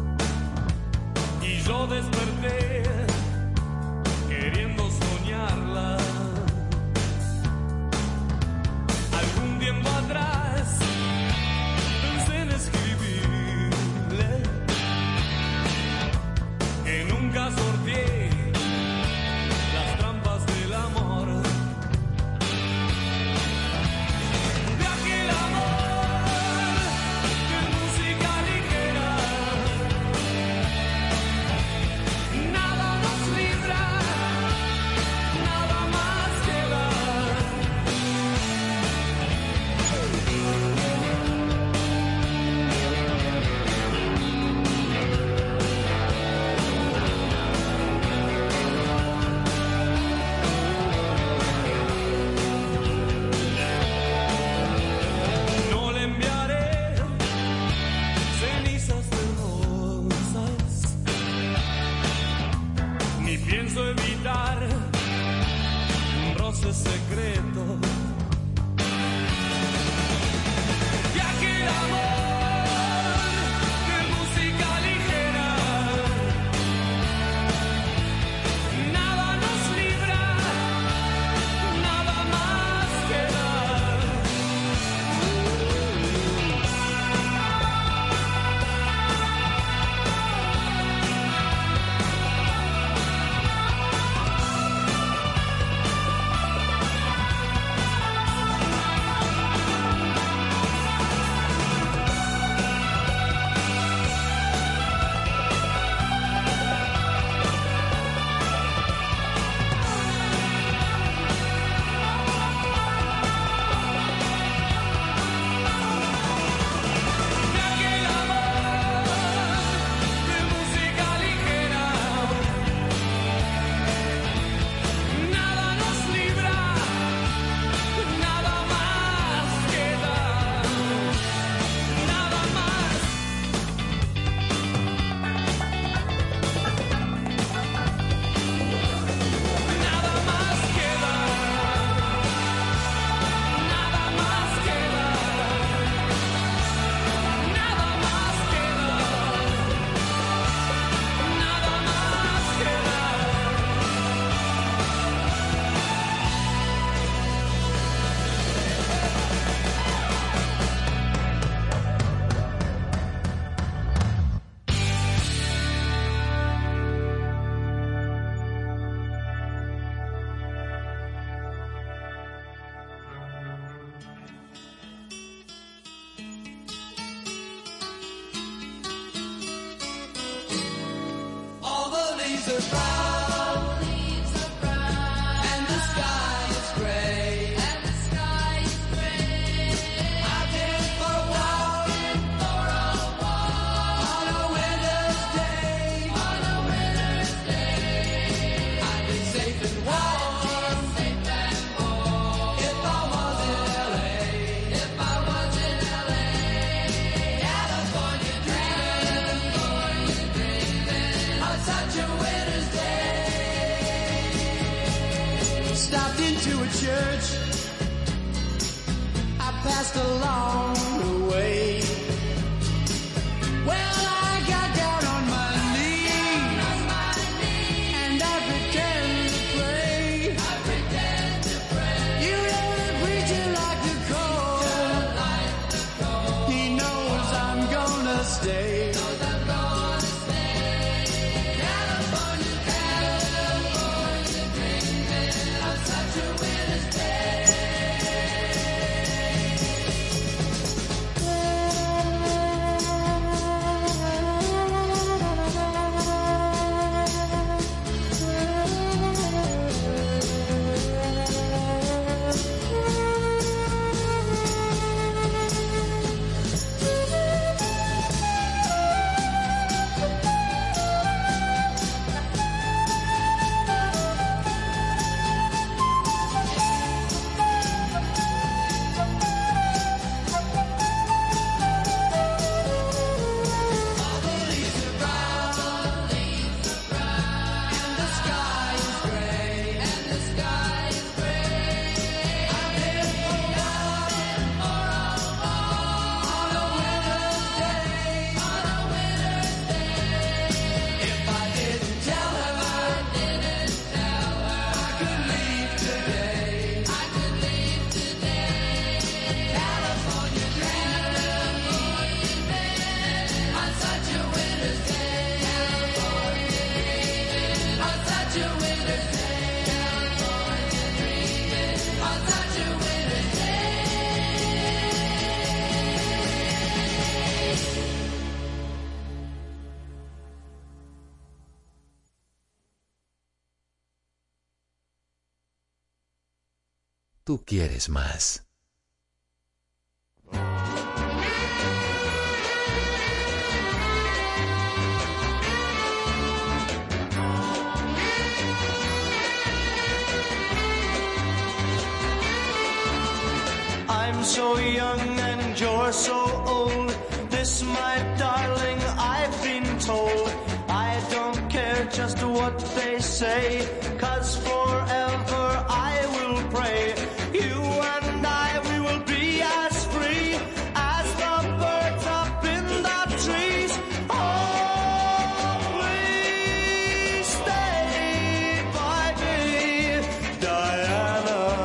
Desperté queriendo soñar Pienso evitar un roce secreto. Ya que el amor de música ligera, nada nos libra, nada más queda. Tú quieres más. I'm so young and you're so old. This, my darling, I've been told. I don't care just what they say, 'cause forever I will pray. You and I, we will be as free as the birds up in the trees. Oh, please stay by me, Diana.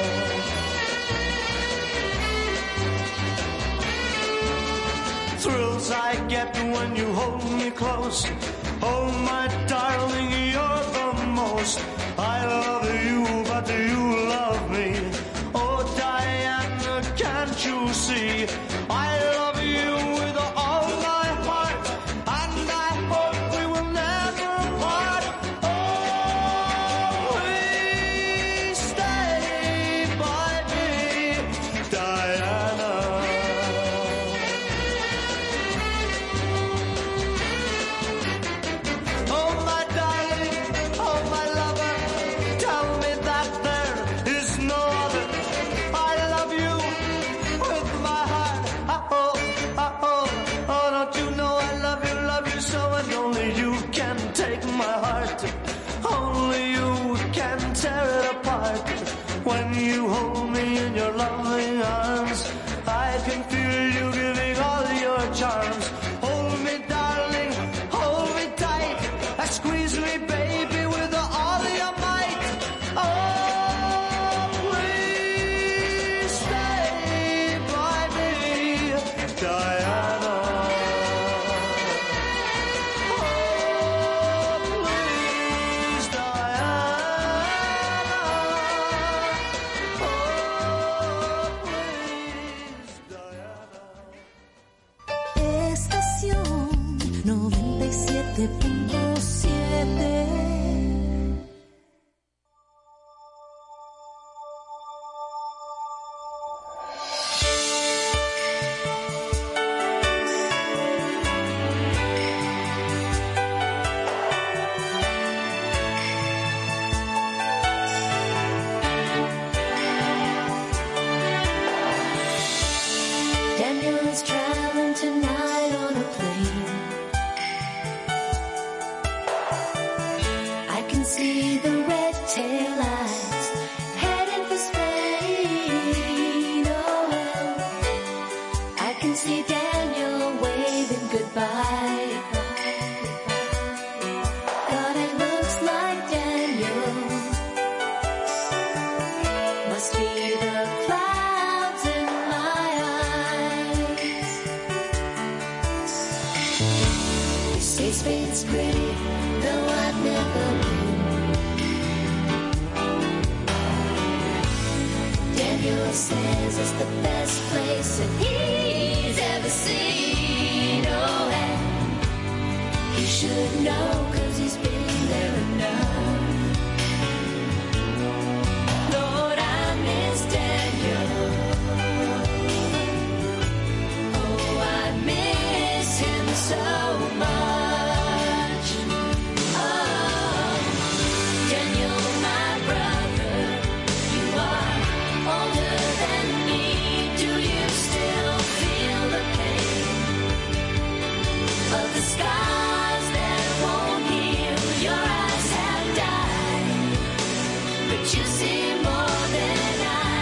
Thrills I get when you hold me close. Oh, my darling, you're the most. I love you, but do you love me? Oh, Diana, can't you see? I love you with all my heart, and I hope we will never part. Oh, please stay by me, Diana. Oh, my darling, oh, my lover, tell me that there is no other. I love you with my heart. Oh, oh, oh, oh, don't you know I love you, love you so, and only you can take my heart. Only you can tear it apart. When you hold me in your loving arms, I can feel you giving all your charms. Hold me, darling, hold me tight. Squeeze me, baby, with all your might. Oh, please stay by me, Diana. Oh, please, Diana. Oh, please, Diana. Estación noventa y siete punto siete. Daniel is traveling tonight on a plane. I can see the red tail lights heading for Spain. Oh, well, I can see Daniel waving goodbye. God, it looks like Daniel must be the clouds in my eyes. They say Spain's pretty, though I've never been. Daniel says it's the best place that he's ever seen. Oh, and he should know, 'cause he's been there enough. Lord, I miss Daniel. Oh, I miss him so much. Oh, Daniel, my brother, you are older than me. Do you still feel the pain of the scars that won't heal? Your eyes have died, but you see more than I.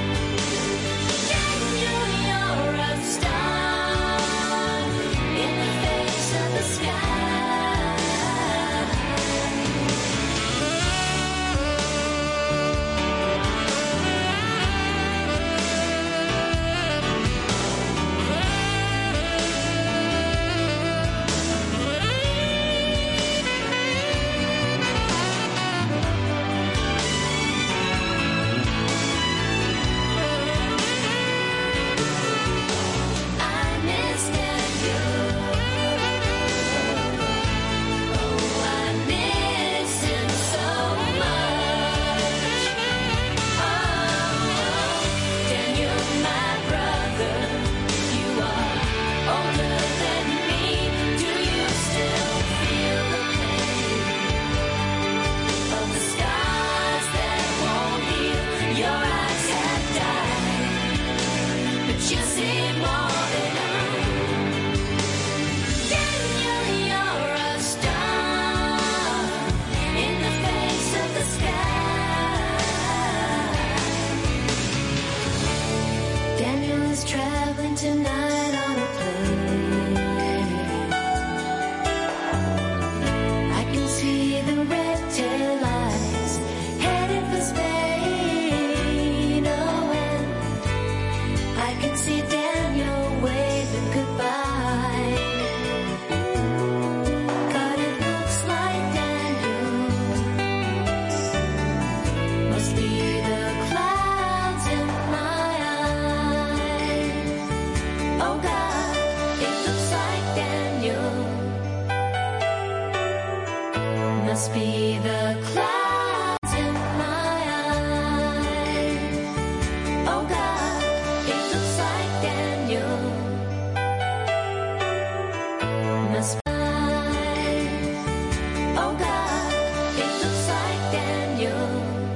Daniel, you're a star in the face of the sky. tonight on a plane. I can see the red tail lights headed for Spain. Oh, and I can see Daniel waving goodbye. But it looks like Daniel must be the clouds in my eyes. Oh God, it looks like Daniel must be the clouds in my eyes. Oh God, it looks like Daniel must be. Oh God, it looks like Daniel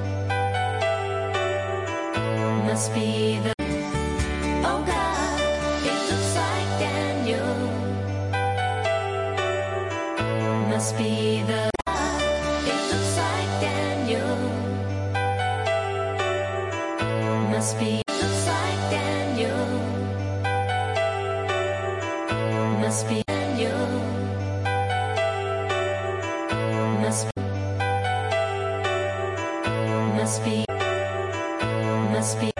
must be the. Oh God, it looks like Daniel must be the. It looks like Daniel must be. Looks like Daniel must be Daniel must must be must be.